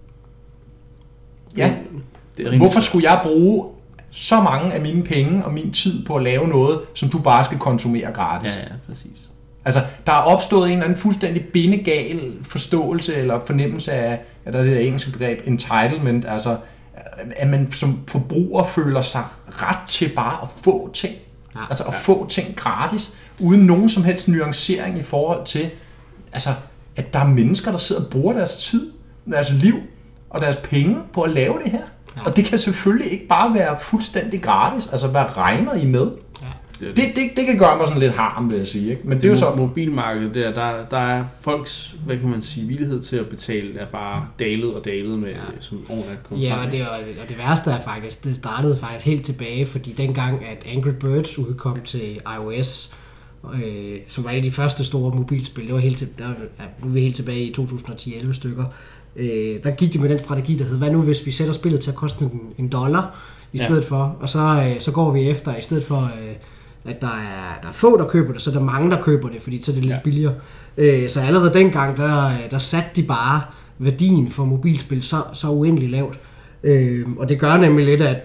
Ja. Det er Hvorfor skulle jeg bruge så mange af mine penge og min tid på at lave noget, som du bare skal konsumere gratis? Ja, ja, præcis. Altså, der er opstået en eller anden fuldstændig bindegal forståelse eller fornemmelse af, at der er det der engelske begreb entitlement, altså at man som forbruger føler sig ret til bare at få ting. Ja, altså at ja. Få ting gratis, uden nogen som helst nuancering i forhold til, altså, at der er mennesker, der sidder og bruger deres tid, deres liv og deres penge på at lave det her. Ja. Og det kan selvfølgelig ikke bare være fuldstændig gratis. Altså, hvad regner I med? Ja. Det, det, det, det kan gøre mig sådan lidt harm, vil jeg sige. Ikke? Men det, det er jo så... Mobilmarkedet der, der, der er folks, hvad kan man sige, villighed til at betale, er bare dalet og dalet med, ja. Som overnadt kommer. Ja, og det, og det værste er faktisk, det startede faktisk helt tilbage, fordi dengang, at Angry Birds udkom til iOS, øh, som var et af de første store mobilspil, det var helt til, der, ja, nu er vi helt tilbage i to tusind og ti elleve stykker, øh, der gik de med den strategi, der hed, hvad nu hvis vi sætter spillet til at koste en, en dollar i ja. Stedet for, og så, øh, så går vi efter, i stedet for, øh, at der er, der er få, der køber det, så er der mange, der køber det, fordi så er det lidt ja. Billigere. Øh, så allerede dengang, der, der satte de bare værdien for mobilspil så, så uendelig lavt. Øh, og det gør nemlig lidt, at, at,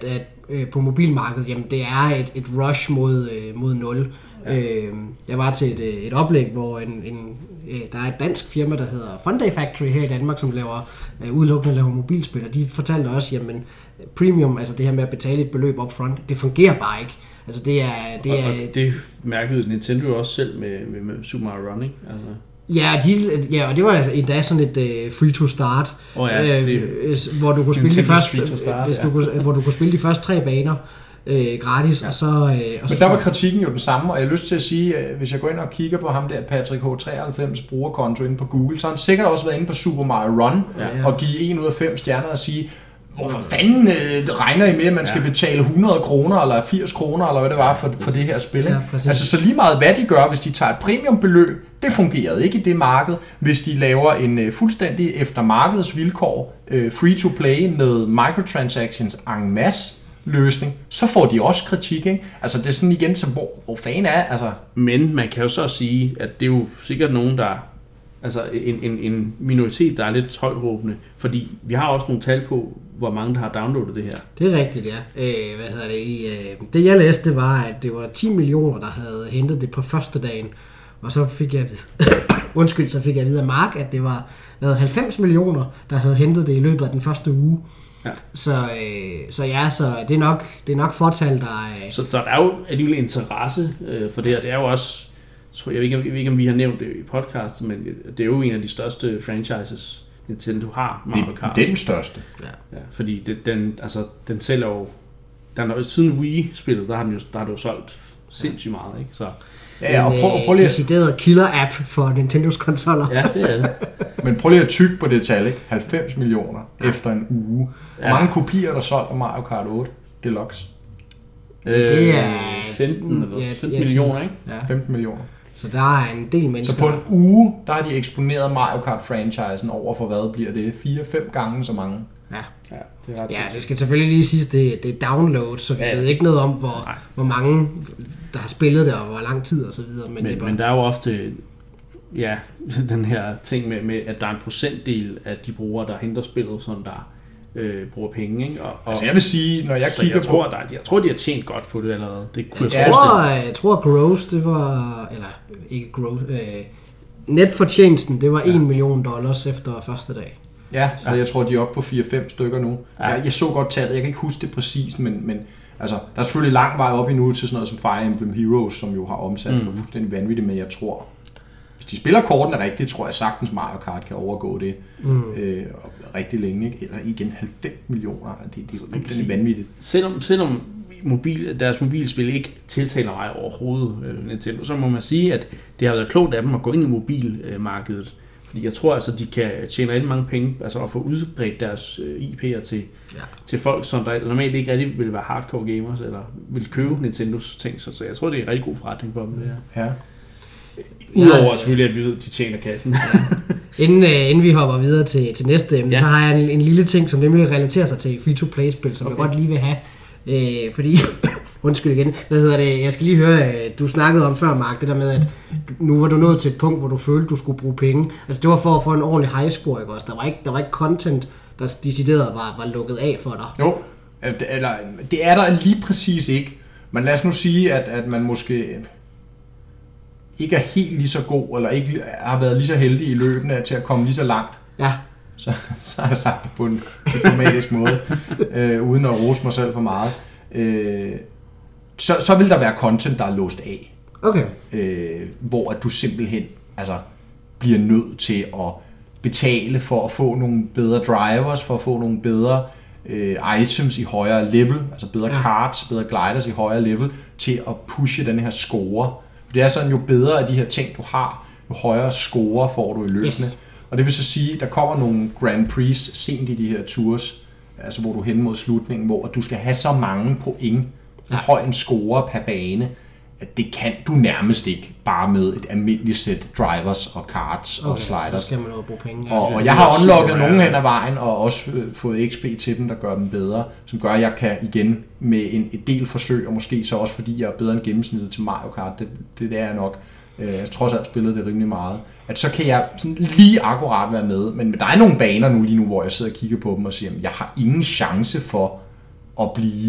øh, på mobilmarkedet, jamen det er et, et rush mod, øh, mod nul. Ja. Øh, jeg var til et, et oplæg, hvor en, en, øh, der er et dansk firma, der hedder Funday Factory her i Danmark, som laver øh, udelukkende laver mobilspil, og de fortalte også, jamen premium, altså det her med at betale et beløb up front, det fungerer bare ikke. Altså det er... Det og, er, og det mærkede Nintendo også selv med, med, med Super Mario Run, ikke? Altså. Ja, de, ja, og det var altså endda sådan et uh, free to start, oh ja, det, øh, hvor du kunne spille de første, start, hvis du ja. kunne, hvor du kunne spille de første tre baner øh, gratis, ja. og så. Øh, og Men der var kritikken jo den samme, og jeg har lyst til at sige, at hvis jeg går ind og kigger på ham der Patrick H treoghalvfems brugerkonto inde på Google, så har han sikkert også været inde på Super Mario Run ja. og give en ud af fem stjerner og sige, hvorfor fanden øh, regner I med, at man skal ja. betale hundrede kroner eller firs kroner, eller hvad det var for, for det her spil? Ja, altså så lige meget hvad de gør, hvis de tager et premiumbeløb, det fungerede ikke i det marked. Hvis de laver en øh, fuldstændig efter markedets vilkår øh, free-to-play med microtransactions en masse løsning, så får de også kritik, ikke? Altså det er sådan igen, så hvor, hvor fanden er, altså... Men man kan jo så sige, at det er jo sikkert nogen, der... Altså en, en, en minoritet, der er lidt højtråbende, fordi vi har også nogle tal på, hvor mange der har downloadet det her. Det er rigtigt, ja. Øh, hvad hedder det? I, øh, det jeg læste, var, at det var ti millioner, der havde hentet det på første dagen. Og så fik jeg at vide, undskyld, så fik jeg at vide af Mark, at det var hvad, halvfems millioner, der havde hentet det i løbet af den første uge. Ja. Så, øh, så ja, så det er nok, det er nok fortal, der er... Så, så der er jo alligevel interesse øh, for det her. Det er jo også... Jeg ved, ikke, jeg ved ikke, om vi har nævnt det i podcast, men det er jo en af de største franchises, Nintendo har. Mario Kart. Det er den største. Ja, ja fordi det, den, altså, den sælger jo... Den er, siden Wii-spillet, der har den jo, der har det jo solgt sindssygt meget, ikke? Så... Ja, ja, og prøv, prøv lige... En decideret killer-app for Nintendos konsoller. Ja, det er det. Men prøv lige at tykke på det tal, ikke? halvfems millioner efter en uge. Hvor ja. mange kopier der solgt af Mario Kart otte Deluxe? Øh, det er... femten eller ja, femten millioner, ikke? Ja. femten millioner. Så der er en del mennesker. Så på en uge, der har de eksponeret Mario Kart-franchisen over for, hvad bliver det? fire fem gange så mange. Ja, ja det er ret ja, det skal selvfølgelig lige siges, det, det er download, så vi ja, ja. ved ikke noget om, hvor, hvor mange, der har spillet det, og hvor lang tid og så videre. Men, men, det er bare... men der er jo ofte, ja, den her ting med, med, at der er en procentdel af de brugere, der henter spillet, som der øh, bruger penge, ikke? Og, og, altså jeg vil sige, når jeg kigger jeg tror, på... Der, jeg tror, de har tjent godt på det allerede. Det kunne jeg, jeg, tror, jeg tror, Gross, det var... Eller ikke Gross... Øh, netfortjenesten, det var ja. en million dollars efter første dag. Ja, så ja. jeg tror, de er oppe på fire fem stykker nu. Ja. Jeg, jeg så godt tallet, jeg kan ikke huske det præcist, men, men altså, der er selvfølgelig lang vej op endnu til sådan noget som Fire Emblem Heroes, som jo har omsat mm. for fuldstændig vanvittigt, men jeg tror... Hvis de spiller kortene rigtigt, tror jeg sagtens Mario Kart kan overgå det mm. øh, rigtig længe. Ikke? Eller igen halvfems millioner, det, det er fuldstændig vanvittigt. Selvom, selvom mobil, deres mobilspil ikke tiltaler mig overhovedet, øh, Nintendo, så må man sige, at det har været klogt af dem at gå ind i mobilmarkedet. Fordi jeg tror altså, de kan tjene rigtig mange penge, altså at få udbredt deres øh, I P'er til, ja. til folk, som der normalt ikke rigtig vil være hardcore gamers, eller vil købe mm. Nintendos ting. Så, så jeg tror, det er en rigtig god forretning for dem, det her. Ja. Udover ja, selvfølgelig, at vi ved, at de tjener kassen. Ja. Inden, uh, inden vi hopper videre til, til næste emne, ja. så har jeg en, en lille ting, som nemlig relaterer sig til free-to-play-spil, som okay. jeg godt lige vil have. Øh, fordi, undskyld igen, hvad hedder det, jeg skal lige høre, du snakkede om før, Mark, det der med, at nu var du nået til et punkt, hvor du følte, du skulle bruge penge. Altså det var for at få en ordentlig high score, ikke også? Der var ikke, der var ikke content, der decideret var, var lukket af for dig. Jo, eller det er der lige præcis ikke. Men lad os nu sige, at, at man måske... ikke er helt lige så god, eller ikke har været lige så heldig i løbende til at komme lige så langt, ja. så, så har jeg sagt det på en diplomatisk måde, øh, uden at rose mig selv for meget, øh, så, så vil der være content, der er låst af. Okay. Øh, hvor at du simpelthen altså, bliver nødt til at betale for at få nogle bedre drivers, for at få nogle bedre øh, items i højere level, altså bedre ja. cards, bedre gliders i højere level, til at pushe den her score. Det er sådan, jo bedre af de her ting, du har, jo højere score får du i løbende. Yes. Og det vil så sige, at der kommer nogle Grand Prix sent i de her tours, altså hvor du er hen mod slutningen, hvor du skal have så mange point, ja. høj en score per bane, at det kan du nærmest ikke, bare med et almindeligt sæt drivers og cards okay, og sliders. Så skal man jo bruge penge. Og, og jeg har unlocket nogle hen ad vejen, og også fået X P til dem, der gør dem bedre, som gør, at jeg kan igen med en, et del forsøg, og måske så også fordi jeg er bedre end gennemsnittet til Mario Kart, det, det er jeg nok, jeg trods alt spillet det rimelig meget, at så kan jeg sådan lige akkurat være med, men der er nogle baner nu lige nu, hvor jeg sidder og kigger på dem og siger, at jeg har ingen chance for at blive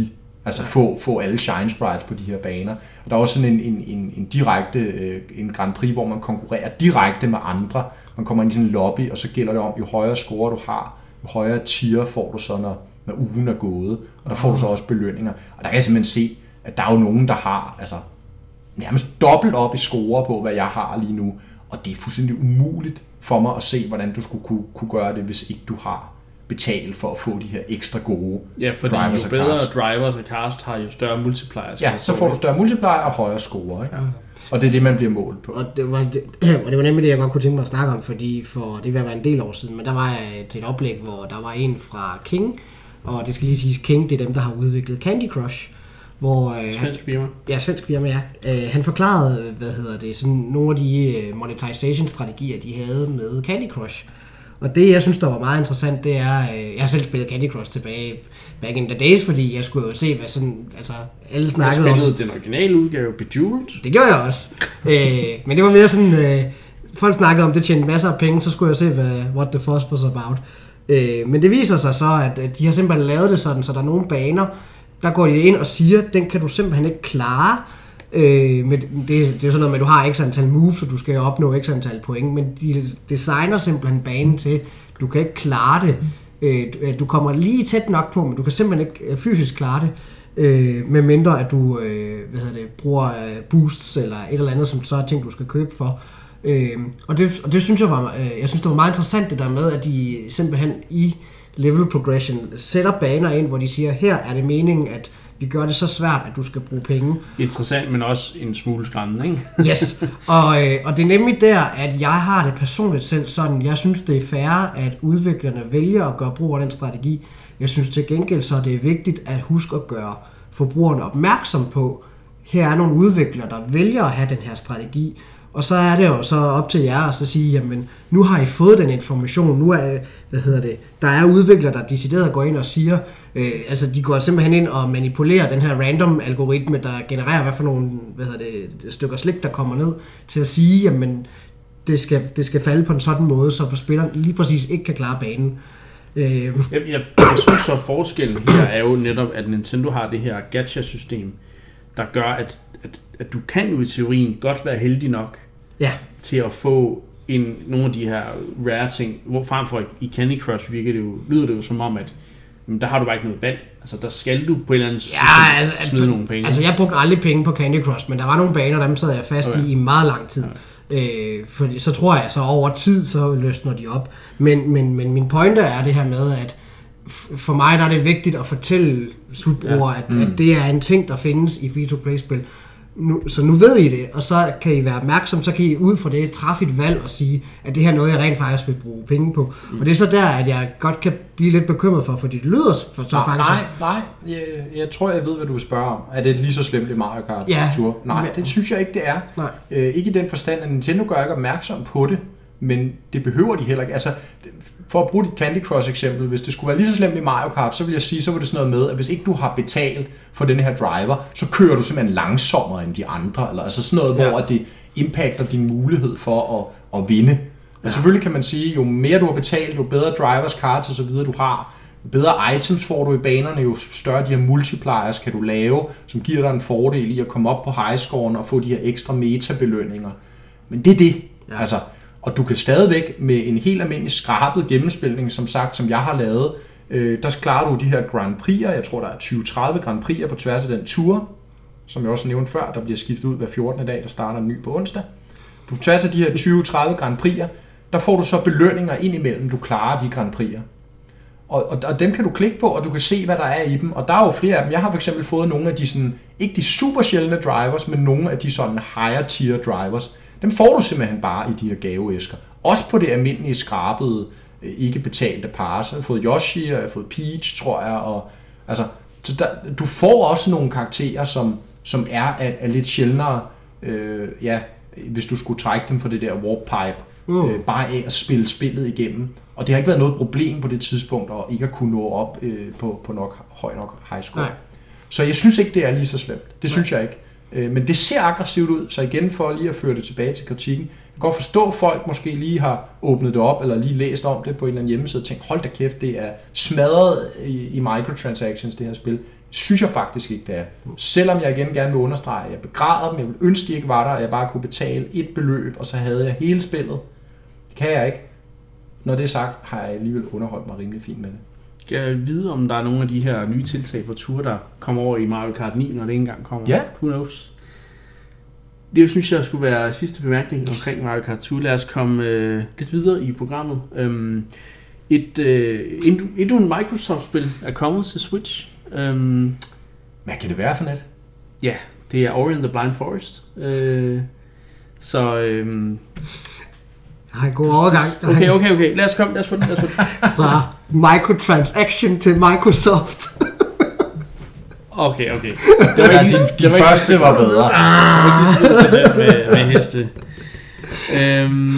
Altså få, få alle Shine Sprites på de her baner. Og der er også sådan en, en, en, en direkte øh, en Grand Prix, hvor man konkurrerer direkte med andre. Man kommer ind i sådan en lobby, og så gælder det om, jo højere score du har, jo højere tier får du så, når, når ugen er gået. Og der får du så også belønninger. Og der kan jeg simpelthen se, at der er jo nogen, der har altså, nærmest dobbelt op i score på, hvad jeg har lige nu. Og det er fuldstændig umuligt for mig at se, hvordan du skulle kunne, kunne gøre det, hvis ikke du har betalt for at få de her ekstra gode ja, fordi drivers jo bedre drivers og cast har jo større multipliers. Ja, så får du større multiplier og højere score, ikke? Ja. Og det er det, man bliver målt på. Og det var, det, og det var nemlig det, jeg godt kunne tænke mig at snakke om, fordi for det vil være en del år siden, men der var jeg til et oplæg, hvor der var en fra King, og det skal lige siges, King, det er dem, der har udviklet Candy Crush, hvor øh, svensk firma. Ja, svensk firma, ja. Øh, han forklarede, hvad hedder det, sådan nogle af de monetization-strategier, de havde med Candy Crush. Og det, jeg synes, der var meget interessant, det er, øh, jeg har selv spillet Candy Crush tilbage back in the days, fordi jeg skulle jo se, hvad sådan, altså, alle snakkede om. Jeg spillede den originale udgave, Bejeweled. Det gjorde jeg også. øh, men det var mere sådan, øh, folk snakkede om, det tjente masser af penge, så skulle jeg se, hvad what the fuss was about. Øh, men det viser sig så, at, at de har simpelthen lavet det sådan, så der er nogle baner, der går de ind og siger, den kan du simpelthen ikke klare. Øh, men det, det er jo sådan noget med, at du har x antal moves, og du skal opnå x antal point, men de designer simpelthen banen til, du kan ikke klare det. Øh, du kommer lige tæt nok på, men du kan simpelthen ikke fysisk klare det, øh, med mindre at du øh, hvad hedder det, bruger boosts eller et eller andet, som så er ting, du skal købe for. Øh, og, det, og det synes jeg var, øh, jeg synes, det var meget interessant det der med, at de simpelthen i level progression sætter baner ind, hvor de siger, her er det meningen, at vi gør det så svært, at du skal bruge penge. Interessant, men også en smule skræmmende, ikke? Yes, og, øh, og det er nemlig der, at jeg har det personligt selv sådan, jeg synes, det er fair, at udviklerne vælger at gøre brug af den strategi. Jeg synes til gengæld, så det er vigtigt at huske at gøre forbrugerne opmærksom på, her er nogle udviklere, der vælger at have den her strategi, og så er det jo så op til jer at så sige, jamen, nu har I fået den information, nu er, hvad hedder det, der er udviklere, der decideret går ind og siger, øh, altså de går simpelthen ind og manipulerer den her random algoritme, der genererer hvad for nogle, hvad hedder det, stykker slik, der kommer ned, til at sige, jamen, det skal, det skal falde på en sådan måde, så spilleren lige præcis ikke kan klare banen. Øh. Jeg, jeg, jeg synes så, forskellen her er jo netop, at Nintendo har det her gacha-system, der gør, at, at, at du kan jo i teorien godt være heldig nok, ja, til at få en, nogle af de her rare ting, hvor frem for i Candy Crush virker det jo, lyder det jo som om, at jamen, der har du bare ikke noget valg. Altså der skal du på en eller anden ja, altså, smide at, nogle penge. Altså jeg brugte aldrig penge på Candy Crush, men der var nogle baner, dem sad jeg fast okay. i i meget lang tid. Okay. Øh, fordi så tror jeg, så over tid, så løsner de op. Men, men, men min pointe er det her med, at for mig der er det vigtigt at fortælle slutbrugere, ja. at, mm. at det er en ting, der findes i free-to-play-spil. Nu, så nu ved I det, og så kan I være opmærksom, så kan I ud fra det træffe et valg og sige, at det her er noget, jeg rent faktisk vil bruge penge på. Mm. Og det er så der, at jeg godt kan blive lidt bekymret for, fordi det lyder for, så nej, faktisk... Nej, nej, jeg, jeg tror, jeg ved, hvad du vil spørge om. Er det lige så slemt i Mario Kart ja. Tour? Nej, det synes jeg ikke, det er. Nej. Øh, ikke i den forstand, at Nintendo gør ikke opmærksom på det, men det behøver de heller ikke. Altså, for at bruge dit Candy Crush eksempel, hvis det skulle være lige så slemt i Mario Kart, så vil jeg sige, så var det sådan noget med, at hvis ikke du har betalt for den her driver, så kører du simpelthen langsommere end de andre, eller altså sådan noget, ja. hvor det impacter din mulighed for at, at vinde. Og ja. selvfølgelig kan man sige, jo mere du har betalt, jo bedre drivers, cards og så videre du har, jo bedre items får du i banerne, jo større de her multipliers kan du lave, som giver dig en fordel i at komme op på highscoren og få de her ekstra meta-belønninger. Men det er det, ja. altså. Og du kan stadigvæk med en helt almindelig skrabet gennemspilning, som sagt, som jeg har lavet, øh, der klarer du de her Grand Prix'er. Jeg tror, der er tyve til tredive Grand Prix'er på tværs af den tur, som jeg også nævnte før, der bliver skiftet ud hver fjortende dag, der starter en ny på onsdag. På tværs af de her tyve til tredive Grand Prix'er, der får du så belønninger ind imellem, du klarer de Grand Prix'er. Og, og, og dem kan du klikke på, og du kan se, hvad der er i dem. Og der er jo flere af dem. Jeg har for eksempel fået nogle af de sådan, ikke de super sjældne drivers, men nogle af de sådan higher tier drivers. Dem får du simpelthen bare i de her gaveæsker. Også på det almindelige skrabede, ikke betalte pass. Jeg har fået Yoshi, og jeg har fået Peach, tror jeg. Og, altså, så der, du får også nogle karakterer, som, som er af, af lidt sjældnere, øh, ja, hvis du skulle trække dem for det der warp pipe. Mm. Øh, bare af at spille spillet igennem. Og det har ikke været noget problem på det tidspunkt, at ikke at kunne nå op øh, på, på nok høj nok high score. Nej. Så jeg synes ikke, det er lige så slemt. Det synes Nej. jeg ikke. Men det ser aggressivt ud, så igen for lige at føre det tilbage til kritikken. Jeg kan godt forstå, at folk måske lige har åbnet det op, eller lige læst om det på en eller anden hjemmeside, og tænkt, hold da kæft, det er smadret i, i microtransactions, det her spil. synes jeg faktisk ikke, det er. Selvom jeg igen gerne vil understrege, at jeg begræder dem, jeg vil ønske, de ikke var der, og jeg bare kunne betale et beløb, og så havde jeg hele spillet. Det kan jeg ikke. Når det er sagt, har jeg alligevel underholdt mig rimelig fint med det. Skal jeg vide, om der er nogle af de her nye tiltag på Tour, der kommer over i Mario Kart ni, når det ikke engang kommer? Ja. Who knows? Det synes jeg skulle være sidste bemærkning omkring Mario Kart Tour. Lad os komme øh, lidt videre i programmet. Øhm, et, øh, endnu, endnu en Microsoft-spil er kommet til Switch. Øhm, Hvad kan det være for net? Ja, det er Ori and the Blind Forest. Øh, så... Øh, Jeg har en god overgang. Okay, okay, okay. Lad os komme. Lad os få det. Lad os få det. Fra microtransaction til Microsoft. Okay, okay. Det var ja, ikke, din, din var første ikke, var bedre. Det var ikke med, med heste. Øhm,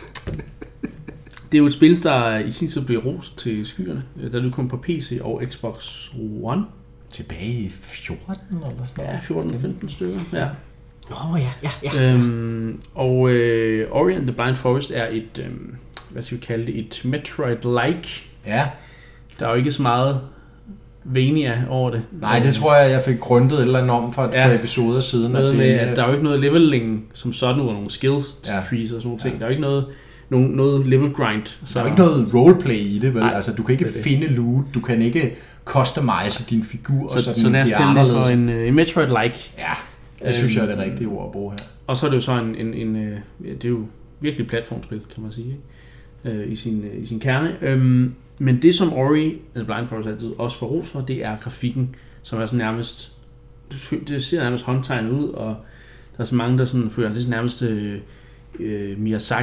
det er jo et spil, der i sin tid blev rost til skyerne, da du kom på P C og Xbox One. Tilbage i fjorten eller sådan noget? Ja, fjorten femten stykker, ja. Åh, oh, ja, ja, ja. Øhm, og øh, Ori and the Blind Forest er et, øhm, hvad skal vi kalde det, et Metroid-like. Ja. Der er jo ikke så meget Vania over det. Nej, det tror jeg, jeg fik grundet et eller andet om for et ja, par episoder siden. Noget at det med, at der er jo ikke noget leveling som sådan, og nogle skill ja, trees og sådan noget ting. Ja. Der er jo ikke noget, nogen, noget level grind. Så der er jo ikke noget roleplay i det, vel? Nej, altså, du kan ikke finde loot, du kan ikke customize din figur, så, og så, så lad os kalde det for en, en Metroid-like. Ja, det øhm, synes jeg er det rigtige ord at bruge her. Og så er det jo så en, en, en, en det er jo virkelig platformspil, kan man sige, ikke? Øh, i, sin, i sin kerne. Øhm, Men det, som Ori and the Blind Forest altid også får ros for, det er grafikken, som er sådan nærmest, det ser nærmest håndtegnet ud, og der er så mange, der sådan føler, det er nærmest øh,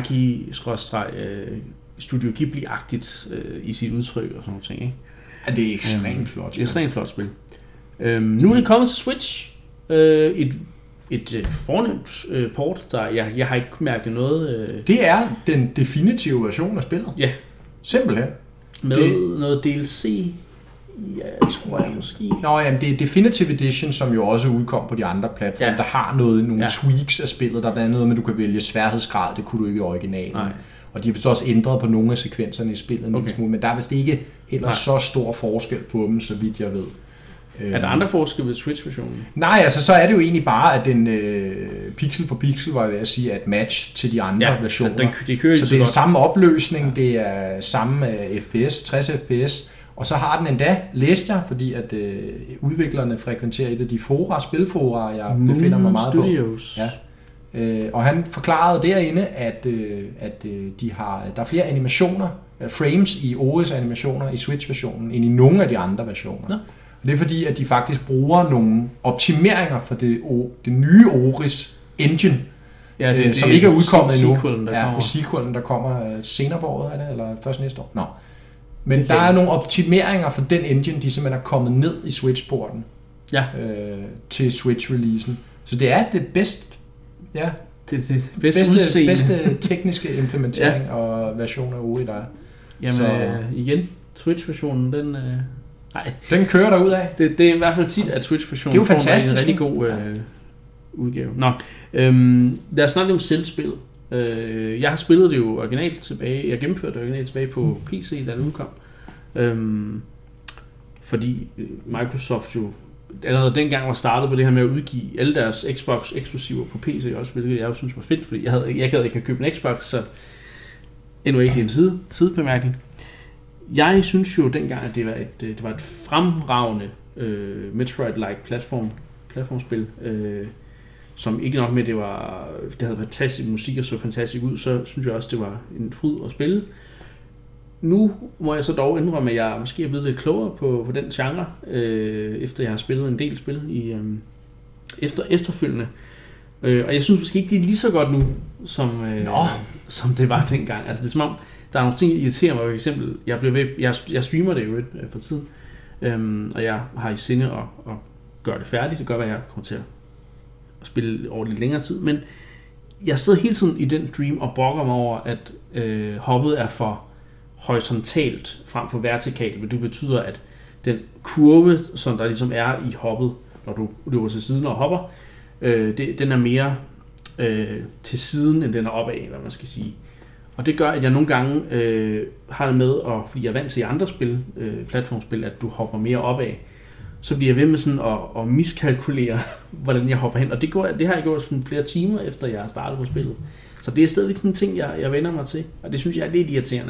Miyazaki-Studio Ghibli-agtigt øh, i sit udtryk og sådan noget ting, ikke? Ja, det er ekstremt øhm, flot spil. Ekstremt flot spil. Øhm, nu er det kommet til Switch, øh, et et øh, fornemt øh, port, der jeg, jeg har ikke mærket noget. Øh. Det er den definitive version af spillet. Ja. Simpelthen. Med det, noget D L C, ja, tror jeg måske. Nå, jamen, det er Definitive Edition, som jo også udkom på de andre platforme, ja, der har noget, nogle ja, tweaks af spillet. Der er blandt noget med, at du kan vælge sværhedsgrad, det kunne du ikke i originalen. Nej. Og de har vist også ændret på nogle af sekvenserne i spillet, okay, smule, men der er vist ikke ellers så stor forskel på dem, så vidt jeg ved. Er der andre forskelle ved Switch-versionen? Nej, altså så er det jo egentlig bare, at den øh, pixel for pixel, var jeg ved at sige, er et match til de andre ja, versioner. Den, de kører så det er godt. Samme opløsning, ja, det er samme uh, F P S, tres F P S, og så har den endda, læste jeg, fordi at øh, udviklerne frekventerer et af de fora, spilfora, jeg Moon befinder mig meget Studios. På. Ja. Øh, og han forklarede derinde, at, øh, at øh, de har, der er flere animationer, frames i O S animationer i Switch-versionen, end i nogle af de andre versioner. Ja. Og det er fordi, at de faktisk bruger nogle optimeringer for det, det nye Oris engine, ja, det, øh, som det, ikke er udkommet endnu. Sequelen, der ja, kommer. Sequelen, der kommer senere på året, er det, eller først næste år? Nå. Men okay, der er nogle optimeringer for den engine, de simpelthen er kommet ned i Switch-porten, ja, øh, til Switch-releasen. Så det er det bedste, ja, det, det bedste, bedste, bedste tekniske implementering ja, og version af Ori, der er. Jamen så, igen, Switch-versionen, den... Øh Nej. Den kører der ud af. Det, det er i hvert fald tit, at Switch-versionen får en rigtig god øh, udgave. Nå, øhm, lad os snakke om selvspillet. Øh, jeg har spillet det jo originalt tilbage. Jeg gennemførte det originalt tilbage på P C, da det udkom. Øhm, fordi Microsoft jo allerede dengang var startet på det her med at udgive alle deres Xbox-eksklusiver på P C også, hvilket jeg jo synes var fedt, fordi jeg havde, jeg havde ikke have købt en Xbox, så endnu ikke en side, sidebemærkning. Jeg synes jo dengang, at det var et, det var et fremragende øh, Metroid-like platform, platformspil, øh, som ikke nok med, det var, det havde fantastisk musik og så fantastisk ud, så synes jeg også, det var en fryd at spille. Nu må jeg så dog indrømme, at jeg måske er blevet lidt klogere på, på den genre, øh, efter jeg har spillet en del spil i øh, efter, efterfølgende. Øh, og jeg synes måske ikke, det er lige så godt nu, som, øh, som det var dengang. Altså det er som om, der er nogle ting, der irriterer mig. For eksempel, jeg, bliver ved, jeg, jeg streamer det jo for tiden, øhm, og jeg har i sinde at, at gøre det færdigt. Det gør, at jeg kommer til at spille over lidt længere tid. Men jeg sidder hele tiden i den dream og brokker mig over, at øh, hoppet er for horisontalt frem for vertikalt. Men det betyder, at den kurve, som der ligesom er i hoppet, når du løber til siden og hopper, øh, det, den er mere øh, til siden, end den er opad, hvad man skal sige. Og det gør, at jeg nogle gange øh, har det med, og fordi jeg er vant til i andre spil, øh, platformspil, at du hopper mere opad, så bliver jeg ved med sådan at, at miskalkulere, hvordan jeg hopper hen. Og det, går, det har jeg gjort sådan flere timer, efter jeg har startet på spillet. Så det er stadigvæk sådan en ting, jeg, jeg vender mig til. Og det synes jeg er lidt irriterende.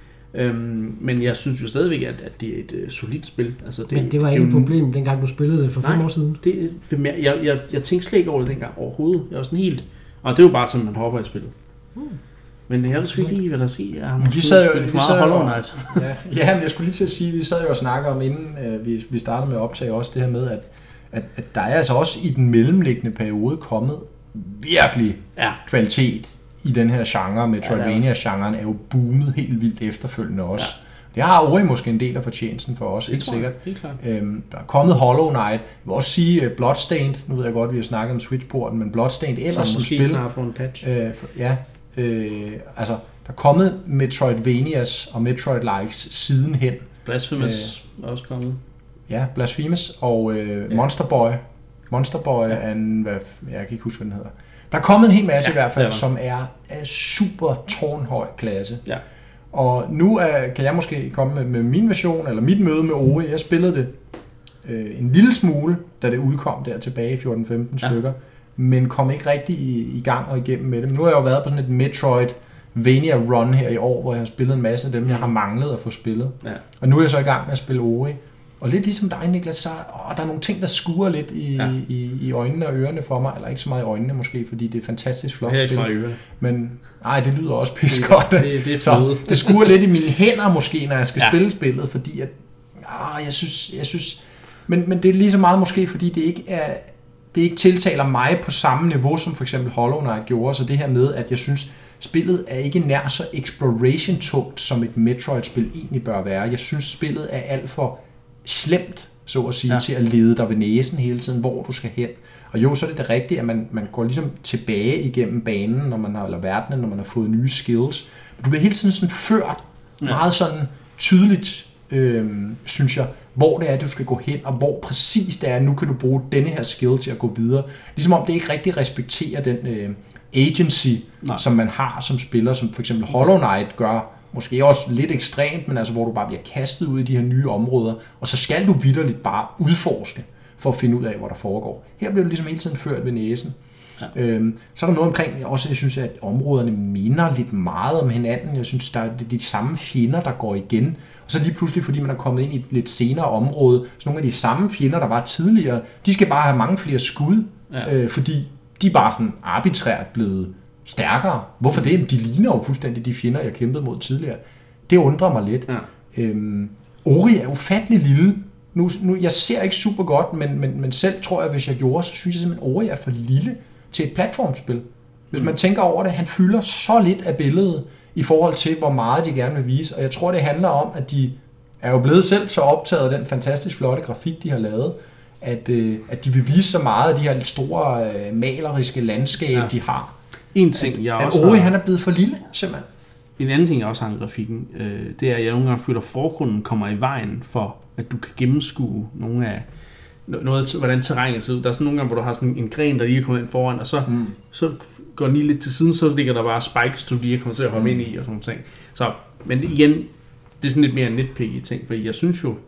Øhm, men jeg synes jo stadigvæk, at, at det er et uh, solidt spil. Altså, det, men det var det ikke et problem, dengang du spillede det for nej, fem år siden? Det, bemær- jeg, jeg, jeg tænkte slet ikke over det dengang overhovedet. Jeg var sådan helt... Og det var bare sådan, man hopper i spillet. Hmm. Men jeg ved ikke lige, hvad der sker. Jeg vi sad jo... Vi sad Hollow Knight. ja, ja, men jeg skulle lige til at sige, vi sad jo og snakkede om, inden uh, vi, vi startede med at optage også det her med, at, at, at der er altså også i den mellemliggende periode kommet virkelig ja. kvalitet i den her genre. Metroidvania-genren er jo boomet helt vildt efterfølgende også. Ja. Det har Ori måske en del af fortjenesten for os, helt sikkert. Helt øhm, der er kommet Hollow Knight. Jeg vil også sige uh, Bloodstained. Nu ved jeg godt, at vi har snakket om Switch-porten, men Bloodstained ellers som spil. Snart får en patch. Øh, ja, øh, altså der er kommet Metroidvanias og Metroid-likes sidenhen. Blasphemous øh, er også kommet. Ja, Blasphemous og øh, ja. Monster Boy. Monster Boy ja. er en, hvad, jeg kan ikke huske, hvad den hedder. Der er kommet en hel masse ja, i hvert fald, som er af super tårnhøj klasse. Ja. Og nu er, kan jeg måske komme med, med min version, eller mit møde med Ori. Jeg spillede det øh, en lille smule, da det udkom der tilbage i fjorten femten ja. stykker, men kom ikke rigtig i, i gang og igennem med det. Nu har jeg jo været på sådan et Metroidvania run her i år, hvor jeg har spillet en masse af dem, jeg har manglet at få spillet. Ja. Og nu er jeg så i gang med at spille Ori. Og lidt ligesom dig, Niklas, så åh, der er nogle ting, der skuer lidt i, ja. i, i øjnene og ørerne for mig. Eller ikke så meget i øjnene måske, fordi det er fantastisk flot spil. Ikke meget i ørerne. Men ej, det lyder også pisse godt. Det, det, det er så det skuer lidt i mine hænder måske, når jeg skal ja. spille spillet, fordi at, åh, jeg synes... Jeg synes men, men det er lige så meget måske, fordi det ikke er... Det ikke tiltaler mig på samme niveau, som for eksempel Hollow Knight gjorde. Så det her med, at jeg synes, spillet er ikke nær så exploration-tungt, som et Metroid-spil egentlig bør være. Jeg synes, spillet er alt for slemt, så at sige, ja. til at lede dig ved næsen hele tiden, hvor du skal hen. Og jo, så er det det rigtige, at man, man går ligesom tilbage igennem banen, når man har, eller verdenen, når man har fået nye skills. Men du bliver hele tiden sådan ført ja. meget sådan tydeligt, øh, synes jeg, hvor det er, du skal gå hen, og hvor præcis det er, nu kan du bruge denne her skill til at gå videre. Ligesom om det ikke rigtig respekterer den øh, agency, Nej. som man har som spiller, som for eksempel Hollow Knight gør, måske også lidt ekstremt, men altså hvor du bare bliver kastet ud i de her nye områder, og så skal du vitterligt bare udforske, for at finde ud af, hvor der foregår. Her bliver du ligesom hele tiden ført ved næsen. Ja. Øhm, så er der noget omkring, også jeg synes, at områderne minder lidt meget om hinanden. Jeg synes, der er de, de samme fjender, der går igen. Og så lige pludselig, fordi man er kommet ind i et lidt senere område, så nogle af de samme fjender, der var tidligere, de skal bare have mange flere skud, ja. øh, fordi de er bare sådan arbitrært blevet stærkere. Hvorfor det? De ligner jo fuldstændig de fjender, jeg kæmpede mod tidligere. Det undrer mig lidt. Ja. Øhm, Ori er ufattelig lille. Nu, nu, jeg ser ikke super godt, men, men, men selv tror jeg, hvis jeg gjorde, så synes jeg simpelthen, at Ori er for lille til et platformspil. Hvis mm. man tænker over det, han fylder så lidt af billedet i forhold til, hvor meget de gerne vil vise. Og jeg tror, det handler om, at de er jo blevet selv så optaget af den fantastisk flotte grafik, de har lavet, at, øh, at de vil vise så meget af de her lidt store øh, maleriske landskaber, ja. de har. En ting, jeg at, også at Ori, har... han er blevet for lille, simpelthen. En anden ting, jeg også har i grafikken, øh, det er, at jeg nogle gange føler, at forgrunden kommer i vejen for, at du kan gennemskue nogle af noget, hvordan terrænet ser ud. Der er sådan nogle gange, hvor du har sådan en gren, der lige er kommet ind foran, og så, mm. så går den lige lidt til siden, så ligger der bare spikes, du lige kommer til at hoppe mm. ind i, og sådan ting. Så, men igen, det er sådan lidt mere en nitpicky ting, fordi jeg synes jo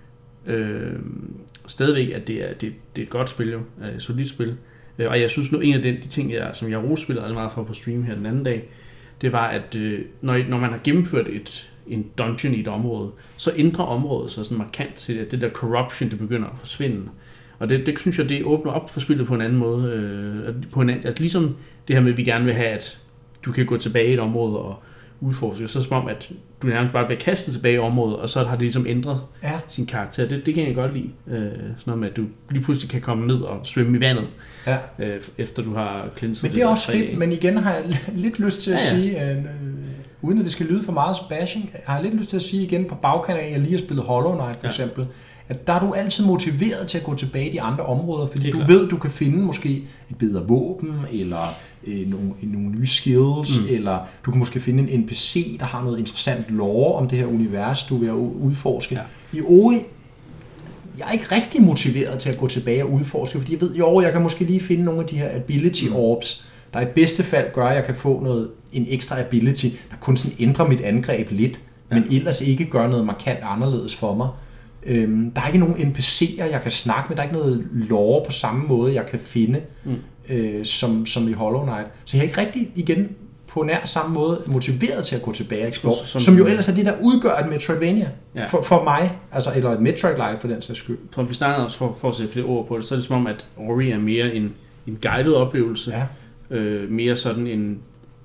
øh, stadigvæk, at det er, det, det er et godt spil, jo, et solidt spil. Og jeg synes nu, en af de, de ting, jeg, som jeg rospillede meget for på stream her den anden dag, det var, at øh, når, når man har gennemført et, en dungeon i et område, så ændrer området sig sådan markant til, at det der corruption, det begynder at forsvinde. Og det, det synes jeg, det åbner op for spillet på en anden måde. Øh, på en anden, altså ligesom det her med, at vi gerne vil have, at du kan gå tilbage i et område og udforske, så er det som om, at du nærmest bare bliver kastet tilbage i området, og så har det ligesom ændret ja. sin karakter. Det, det kan jeg godt lide. Øh, sådan noget med, at du lige pludselig kan komme ned og svømme i vandet, ja. øh, efter du har cleanset det. Men det er også fedt, men igen har jeg lidt lyst til at ja, ja. sige, øh, uden at det skal lyde for meget som bashing, har jeg lidt lyst til at sige igen på bagkanten af, at jeg lige har spillet Hollow Knight for ja. eksempel, at der er du altid motiveret til at gå tilbage i de andre områder, fordi du ved, du kan finde måske et bedre våben, eller øh, nogle, nogle nye skills, mm. eller du kan måske finde en N P C, der har noget interessant lore om det her univers, du vil udforske. Ja. I Ori, jeg er ikke rigtig motiveret til at gå tilbage og udforske, fordi jeg ved, jo, jeg kan måske lige finde nogle af de her ability orbs, der i bedste fald gør, at jeg kan få noget, en ekstra ability, der kun sådan ændrer mit angreb lidt, ja. men ellers ikke gør noget markant anderledes for mig. Øhm, der er ikke nogen N P C'er, jeg kan snakke med. Der er ikke noget lore på samme måde, jeg kan finde, mm. øh, som, som i Hollow Knight. Så jeg er ikke rigtig, igen, på nær samme måde motiveret til at gå tilbage og explore, som, som jo ellers er det, der udgør et Metroidvania ja. for, for mig, altså, eller et Metroid-like for den sags skyld. For vi snakkede også for, for at sætte flere ord på det, så er det som om, at Ori er mere en, en guided oplevelse, ja. øh, mere sådan en,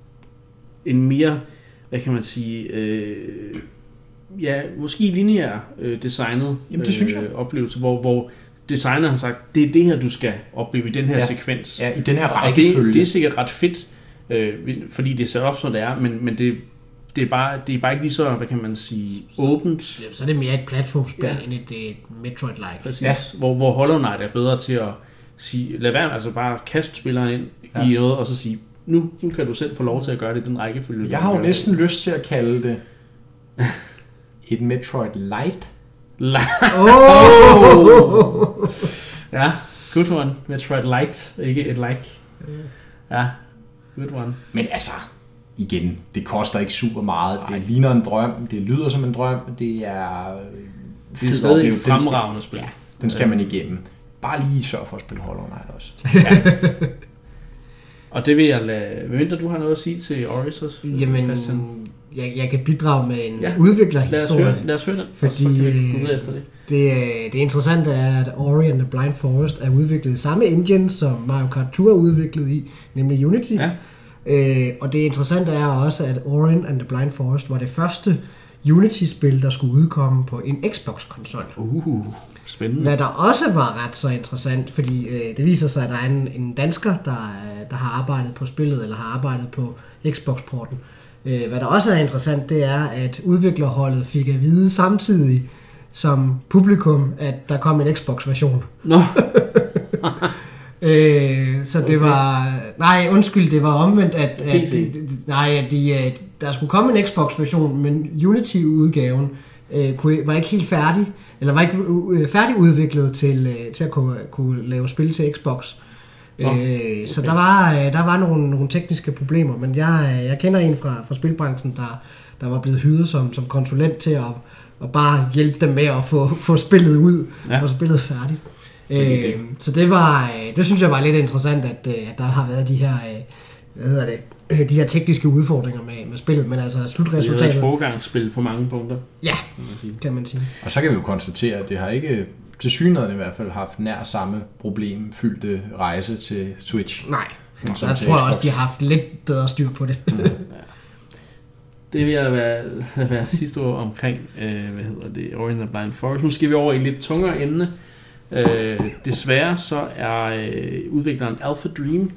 en mere, hvad kan man sige, øh, ja, måske lineær øh, designet Jamen, det synes jeg. Øh, oplevelse, hvor, hvor designeren har sagt, det er det her, du skal opleve i den her ja. sekvens. Ja, i den her rækkefølge. Og det, det er sikkert ret fedt, øh, fordi det ser op, som det er, men, men det, det, er bare, det er bare ikke lige så, hvad kan man sige, åbent. Så, så er det mere et platformspil, ja. end et, et Metroid-like. Præcis. Ja. Hvor, hvor Hollow Knight er bedre til at sige, lad være, altså bare kaste spilleren ind ja. i noget, og så sige, nu, nu kan du selv få lov til at gøre det i den rækkefølge. Jeg har jo næsten lyst til at kalde det et Metroid Light. Light. Oh! Ja, good one. Metroid Light, ikke et like. Ja, good one. Men altså, igen, det koster ikke super meget. Ej. Det ligner en drøm, det lyder som en drøm, det er... Det er stadig et fremragende spil. Ja, den skal man igennem. Bare lige sørge for at spille Hollow Knight også. Ja. Og det vil jeg lade... Hvem du har noget at sige til Ori, så Jamen, jeg, jeg kan bidrage med en ja. udviklerhistorie. Lad os høre, lad os høre den, fordi så kan vi gå ud efter det. Det, det interessante er, at Ori and the Blind Forest er udviklet i samme engine, som Mario Kart Tour er udviklet i, nemlig Unity. Ja. Øh, og det interessante er også, at Ori and the Blind Forest var det første Unity-spil, der skulle udkomme på en Xbox-konsol. Uh, spændende. Hvad der også var ret så interessant, fordi øh, det viser sig, at der er en, en dansker, der, der har arbejdet på spillet, eller har arbejdet på Xbox-porten. Øh, hvad der også er interessant, det er, at udviklerholdet fik at vide samtidig som publikum, at der kom en Xbox-version. Nå. øh, så det var... Nej, undskyld, det var omvendt, at... at de, nej, at de, der skulle komme en Xbox-version, men Unity-udgaven øh, kunne, var ikke helt færdig, eller var ikke øh, færdigudviklet til, øh, til at kunne, kunne lave spil til Xbox. Øh, okay. Så der var, der var nogle, nogle tekniske problemer, men jeg, jeg kender en fra, fra spilbranchen, der, der var blevet hyret som, som konsulent til at, at bare hjælpe dem med at få, få spillet ud, ja. Og spillet færdigt. Øh, så det var, det synes jeg var lidt interessant, at, at der har været de her, hvad hedder det, de her tekniske udfordringer med, med spillet, men altså slutresultatet... Det er et forgangsspil på mange punkter. Ja, kan man sige. Kan man sige. Og så kan vi jo konstatere, at det har ikke... til synligheden i hvert fald haft nær samme problemfyldte rejse til Switch. Nej, jeg tror jeg også, de har haft lidt bedre styr på det. Mm. Ja. Det vil jeg være, være sidste ord omkring, øh, hvad hedder det, Ori and the Blind Forest. Nu skal vi over i lidt tungere emne. Øh, desværre så er øh, udvikleren Alpha Dream.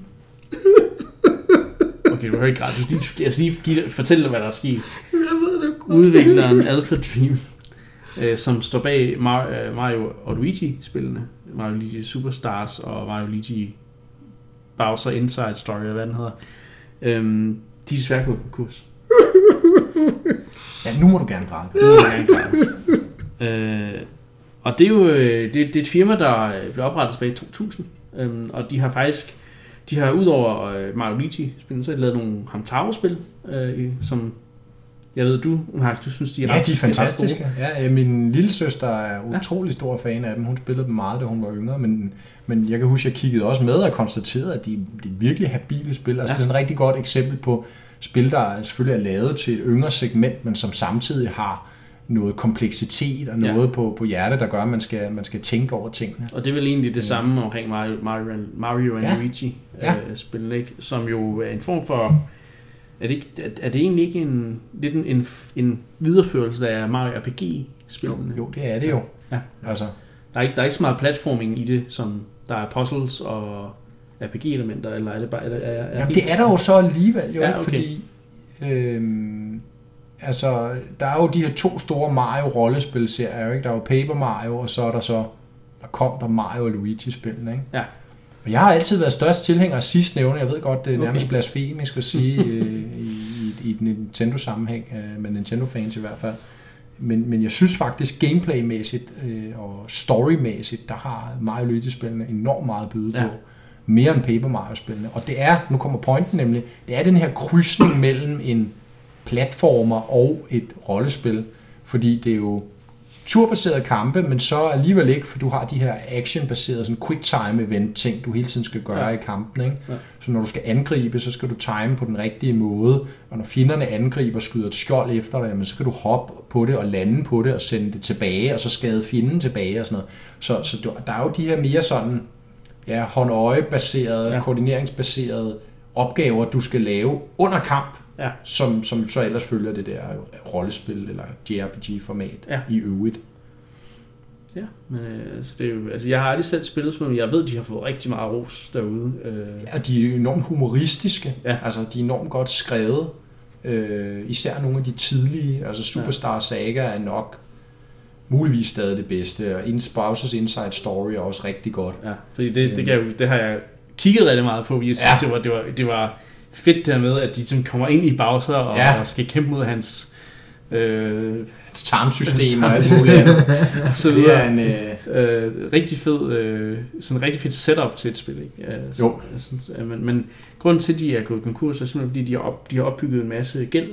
Okay, du hører ikke ret. Du skal lige, lige give, fortælle dig, hvad der er sket. Udvikleren Alpha Dream, øh, som står bag Mario og Luigi-spillene, Mario Luigi Superstars og Mario Luigi Bowser Inside Story, eller hvad den hedder, øhm, de er desværre gået konkurs. Ja, nu må du gerne græde. Nu må du gerne græde. øh, og det er jo det, det er et firma, der blev oprettet tilbage i to tusind, øhm, og de har faktisk, de har udover øh, Mario Luigi-spillene, så har de lavet nogle Hamtaro-spil, øh, som jeg ved, du, Mark, du synes, de er ja, ret, de er fantastiske. Ja, min lille søster er utrolig stor fan af dem. Hun spillede dem meget, da hun var yngre, men, men jeg kan huske, at jeg kiggede også med og konstaterede, at de, de er virkelig habile spil. Altså, ja. Det er sådan et rigtig godt eksempel på spil, der selvfølgelig er lavet til et yngre segment, men som samtidig har noget kompleksitet og noget ja. på, på hjertet, der gør, at man skal, man skal tænke over tingene. Og det er vel egentlig det samme omkring Mario, Mario, Mario and ja. Luigi ja. øh, spillet, ikke? Som jo er en form for... Er det, ikke, er det egentlig ikke en, lidt en, en, en videreførelse af Mario R P G-spillene? Jo, jo, det er det jo. Ja. Altså. Der, er ikke, der er ikke så meget platforming i det, som der er puzzles og R P G-elementer, eller er det bare... Er, er, er Jamen, det er der jo så alligevel, jo, ja, okay. Fordi... Øhm, altså, der er jo de her to store Mario-rollespil-serier, ikke? Der er jo Paper Mario, og så er der så... Der kom der Mario og Luigi-spillene, ikke? Ja. Og jeg har altid været størst tilhænger af sidstnævne. Jeg ved godt, det er nærmest okay. blasfemisk at sige øh, i, i, i den Nintendo-sammenhæng, øh, med Nintendo-fans i hvert fald. Men, men jeg synes faktisk, gameplay-mæssigt øh, og story-mæssigt, der har Mario Luigi-spillene enormt meget at byde på. Ja. Mere end Paper Mario-spillene. Og det er, nu kommer pointen nemlig, det er den her krydsning mellem en platformer og et rollespil. Fordi det er jo turbaserede kampe, men så alligevel ikke, for du har de her action-baserede sådan quick-time-event-ting, du hele tiden skal gøre ja. i kampen. Ikke? Ja. Så når du skal angribe, så skal du time på den rigtige måde, og når fjenderne angriber og skyder et skjold efter dig, jamen, så kan du hoppe på det og lande på det og sende det tilbage, og så skade fjenden tilbage og sådan noget. Så, så der er jo de her mere sådan ja, hånd-øje-baserede, ja. koordineringsbaserede opgaver, du skal lave under kamp, ja. som, som så ellers følger det der rollespil eller J R P G-format ja. i øvrigt. Ja, men altså, det er jo, altså, jeg har aldrig selv spillet spil, men jeg ved, de har fået rigtig meget ros derude. Ja, de er enormt humoristiske, ja. altså de er enormt godt skrevet. Øh, især nogle af de tidlige, altså Superstar Saga er nok muligvis stadig det bedste, og Bowser's Inside Story er også rigtig godt. Ja, fordi det, det, det, det har jeg kigget rigtig meget på, jeg synes, ja. det, var, det, var, det var fedt der med, at de sådan kommer ind i Bowser og, ja. og skal kæmpe mod hans øh, hans tarmsystem og alt muligt andet. Så det er en øh, øh, rigtig fed øh, sådan rigtig fedt setup til et spil, ikke? Altså, jo. Altså, men, men grunden til, at de er gået konkurs, er simpelthen, fordi de har, op, de har opbygget en masse gæld.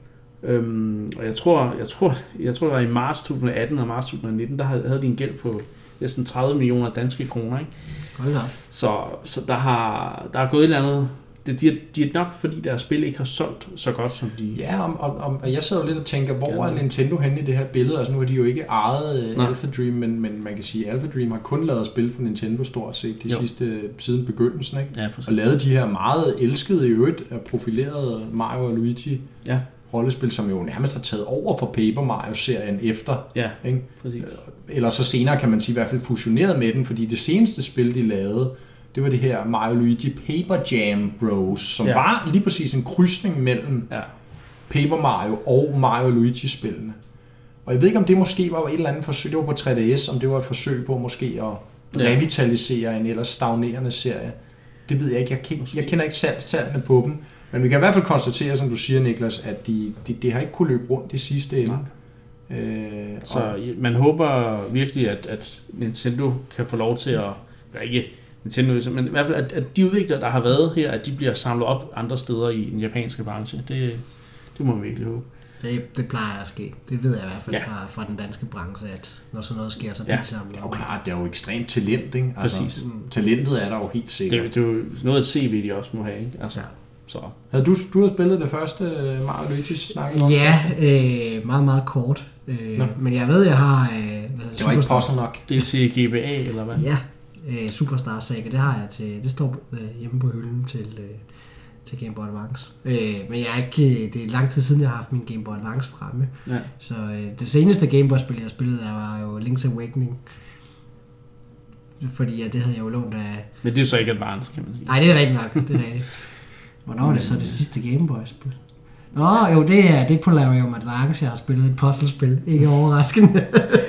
Øhm, og jeg tror, jeg tror, jeg tror, det var i marts to tusind atten og marts to tusind nitten, der havde de en gæld på næsten tredive millioner danske kroner, ikke? Hold så, så der har, der er gået et eller andet. Det, de, er, de er nok, fordi deres spil ikke har solgt så godt, som de... Ja, og, og, og jeg sidder jo lidt og tænker, hvor er Nintendo henne i det her billede? Altså nu har de jo ikke ejet uh, Alpha Dream, men, men man kan sige, at Alpha Dream har kun lavet spil for Nintendo stort set de jo. sidste siden begyndelsen, ikke? Ja, og lavet de her meget elskede i øvrigt profilerede Mario og Luigi ja. rollespil, som jo nærmest har taget over for Paper Mario-serien efter. Ja, ikke? Præcis. Eller så senere kan man sige i hvert fald fusioneret med den, fordi det seneste spil, de lavede, det var det her Mario Luigi Paper Jam Bros, som ja. var lige præcis en krydsning mellem ja. Paper Mario og Mario Luigi-spillene. Og jeg ved ikke, om det måske var et eller andet forsøg, det var på tre D S, om det var et forsøg på måske at ja. revitalisere en ellers stagnerende serie. Det ved jeg ikke. Jeg, kender, jeg kender ikke salgstallene på dem, men vi kan i hvert fald konstatere, som du siger, Niklas, at de, de, de har ikke kunne løbe rundt det sidste ende. Øh, Så og... man håber virkelig, at, at Nintendo kan få lov til at... ikke Nintendo, men i hvert fald, at, at de udviklere, der har været her, at de bliver samlet op andre steder i den japanske branche. Det, det må man virkelig håbe. Det, det plejer at ske. Det ved jeg i hvert fald ja. fra, fra den danske branche, at når sådan noget sker, så bliver ja. de samlet. Det er jo klart, det er jo ekstremt talent, ikke? Altså, præcis. Talentet er der jo helt sikkert. Det, det er jo noget at C V, de også må have, ikke? Altså, ja. så. Havde du, du har spillet det første Mario Luigi snakke om? Ja, øh, meget, meget kort. Øh, men jeg ved, jeg har... Øh, hvad det var ikke posset nok. Det er til G B A, eller hvad? Ja. Superstar Saga, det har jeg til, det står øh, hjemme på hylden til, øh, til Game Boy Advance. Øh, men jeg er ikke, det er lang tid siden, jeg har haft min Game Boy Advance fremme. Ja. Så øh, det seneste Game Boy-spil, jeg spillede, var jo Link's Awakening. Fordi ja, det havde jeg jo lånt af... Men det er jo så ikke Advance, kan man sige. Nej, det er rigtigt nok, det er rigtigt. Hvornår er det så det sidste Game Boy-spil? Nå, jo, det er, det er Polarium Advance, jeg har spillet et puzzlespil. Ikke overraskende.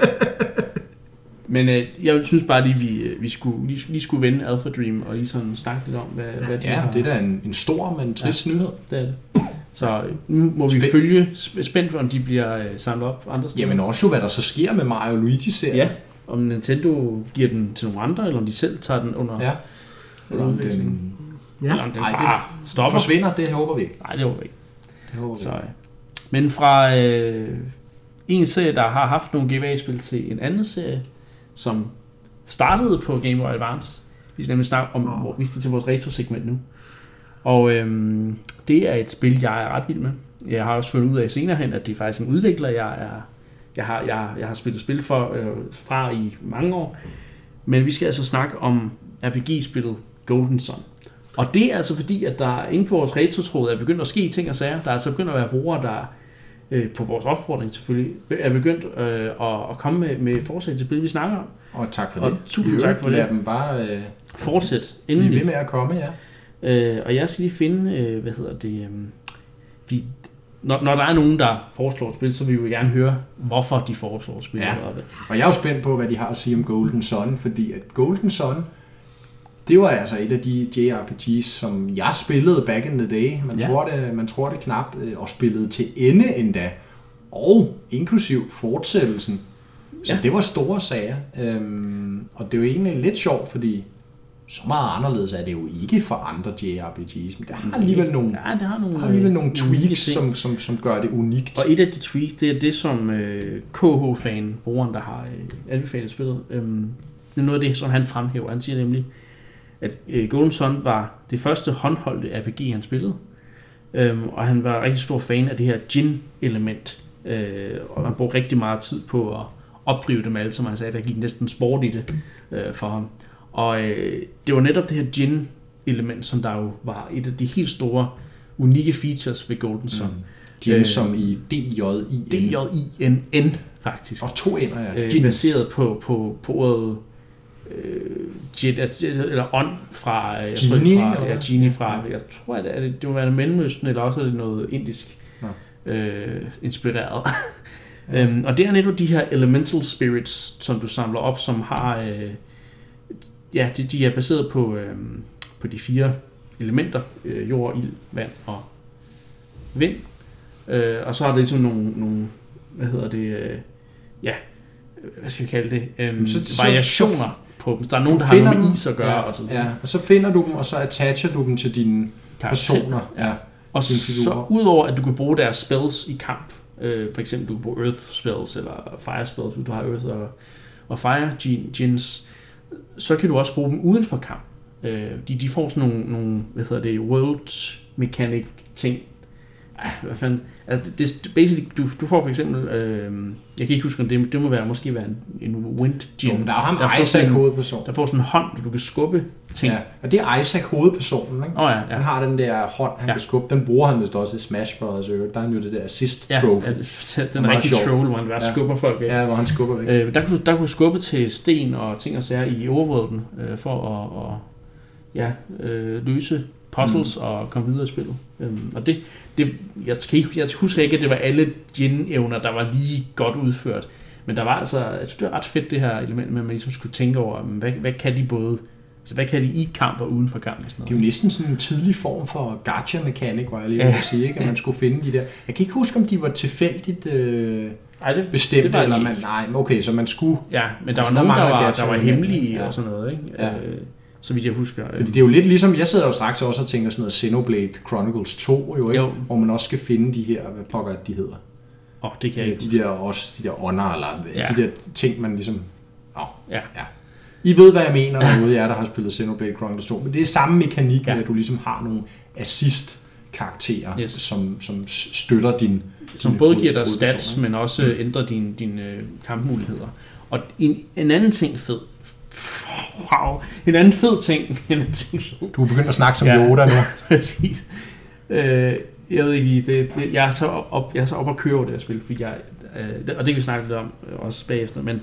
Men øh, jeg synes bare lige, vi, vi skulle, lige, lige skulle vende Alpha Dream og lige sådan snakke lidt om, hvad, ja, hvad de ja, har. det er da en, en stor, men trist ja, nyhed. Det er det. Så nu må vi Spæ- følge spændt, om de bliver øh, samlet op andre steder. Jamen også jo, hvad der så sker med Mario Luigi-serien. Ja, om Nintendo giver den til nogle andre, eller om de selv tager den under... Ja, eller om den, ja. Eller om den Ej, bare det stopper. Forsvinder, det håber vi ikke. Nej, det håber vi ikke. Det håber vi så, men fra øh, en serie, der har haft nogle G B A-spil, til en anden serie, som startede på Game Boy Advance. Vi skal nemlig snakke om, hvor vi skal til vores retro-segment nu. Og øhm, det er et spil, jeg er ret vild med. Jeg har også fundet ud af senere hen, at det er faktisk en udvikler, jeg, er, jeg, har, jeg, jeg har spillet spil for, øh, fra i mange år. Men vi skal altså snakke om R P G-spillet Golden Sun. Og det er altså fordi, at der inde på vores retro-tråd er begyndt at ske ting og sager. Der er altså begyndt at være brugere, der på vores opfordring selvfølgelig, er begyndt øh, at, at komme med, med forslag til spil, vi snakker om. Og tak for og det. Tusind tak for det. Lad dem bare øh, fortsæt. Blive ved med at komme, ja. Øh, og jeg skal lige finde, øh, hvad hedder det, øh, vi, når, når der er nogen, der foreslår et spil, så vil vi jo gerne høre, hvorfor de foreslår et spil. Ja. Og jeg er jo spændt på, hvad de har at sige om Golden Sun, fordi at Golden Sun, det var altså et af de J R P G's, som jeg spillede back in the day. Man, ja. tror, det, man tror det knap, og spillede til ende endda. Og inklusiv fortsættelsen. Så ja. det var store sager. Øhm, og det var egentlig lidt sjovt, fordi så meget anderledes er det jo ikke for andre J R P Gs, men det har alligevel nogle, ja, det har nogle, har alligevel nogle tweaks, som, som, som gør det unikt. Og et af de tweaks, det er det, som øh, K H-fan, brugeren, der har øh, anbefalet spillet, øh, det er noget af det, som han fremhæver. Han siger nemlig, at øh, Golden Sun var det første håndholdte R P G, han spillede, øh, og han var rigtig stor fan af det her Djinn-element, øh, og han brugte rigtig meget tid på at opdrive dem alle, som han sagde, der gik næsten sport i det øh, for ham. Og øh, det var netop det her Djinn-element, som der jo var et af de helt store, unikke features ved Golden Sun. Mm. Djinn øh, som i D J I N. D J I N N faktisk. Og to n'er, ja. Øh, baseret på, på, på ordet øh, Djinn, eller ånd fra, Genie, fra, ja, Genie fra, jeg tror, at det, det må være Mellemøsten, eller også er det noget indisk ja. øh, inspireret. Ja. øhm, og det er netop de her elemental spirits, som du samler op, som har... Øh, Ja, de, de er baseret på, øh, på de fire elementer, øh, jord, ild, vand og vind. Øh, og så er det ligesom nogle, nogle hvad hedder det, øh, ja, hvad skal vi kalde det, øh, så, variationer så, på dem. Der er nogen, der har noget med is at gøre. Ja, og sådan ja, og så finder du dem, og så attacher du dem til dine personer. Ja, og så udover at du kan bruge deres spells i kamp, øh, for eksempel du kan bruge earth spells eller fire spells, hvis du har earth og, og fire djinns, så kan du også bruge dem uden for kamp. Øh, de, de får sådan nogle, nogle, hvad hedder det, world mechanic ting. Ej, hvad fanden. Altså, det, det basically, du, du får for eksempel, øh, jeg kan ikke huske, om det, det må være, måske være en, en wind djinn. Der er ham der Isaac hovedperson. Der får sådan en hånd, du kan skubbe ting. Ja, og det er Isaac hovedpersonen, ikke? Oh, ja, ja. Han har den der hånd, han ja. kan skubbe. Den bruger han vist også i Smash Bros. Der er jo det der assist ja, trophy. Ja, den er rigtig troll, hvor han bare ja. skubber folk væk. Ja, hvor han skubber væk. Øh, der, kunne du, der kunne du skubbe til sten og ting og sager i overworlden, øh, for at og, ja, øh, løse puzzles mm. og komme videre i spillet. Øhm, og det, det jeg, skal ikke, jeg husker ikke, at det var alle Djinn-evner, der var lige godt udført. Men der var altså, jeg synes, det er ret fedt det her element med, at man ligesom skulle tænke over, hvad, hvad kan de både, altså hvad kan de i kamp og uden for kamp? Og sådan noget. Det er jo næsten sådan en tidlig form for gacha-mekanik, hvor jeg lige vil sige, ikke? At man skulle finde de der. Jeg kan ikke huske, om de var tilfældigt øh, Ej, det, bestemt, det var eller man, nej, okay, så man skulle... Ja, men der var nogen, der var, der var hemmelige ja. og sådan noget, ikke? Ja. Øh, så vidt jeg husker. Fordi det er jo lidt ligesom, jeg sidder jo straks også og tænker sådan noget Xenoblade Chronicles to, jo, ikke? Jo. Hvor man også skal finde de her, hvad pokker de hedder. Åh, oh, det kan jeg ikke De der også, de der ånder, eller ja. de der ting, man ligesom... Åh, oh, ja. ja. I ved, hvad jeg mener, derude jer, der har spillet Xenoblade Chronicles to, men det er samme mekanik, ja. med, at du ligesom har nogle assist-karakterer, yes. som, som støtter din... Som både giver dig stats, men også mm. ændrer dine din, uh, kampmuligheder. Og en, en anden ting fed, wow, en anden fed ting, en anden ting fed. Du er begyndt at snakke som ja, Yoda nu. Præcis. Øh, jeg ved ikke, det, det, jeg er så op, jeg er så op at køre over det her spil, fordi jeg, øh, og det kan vi snakke lidt om øh, også bagefter, men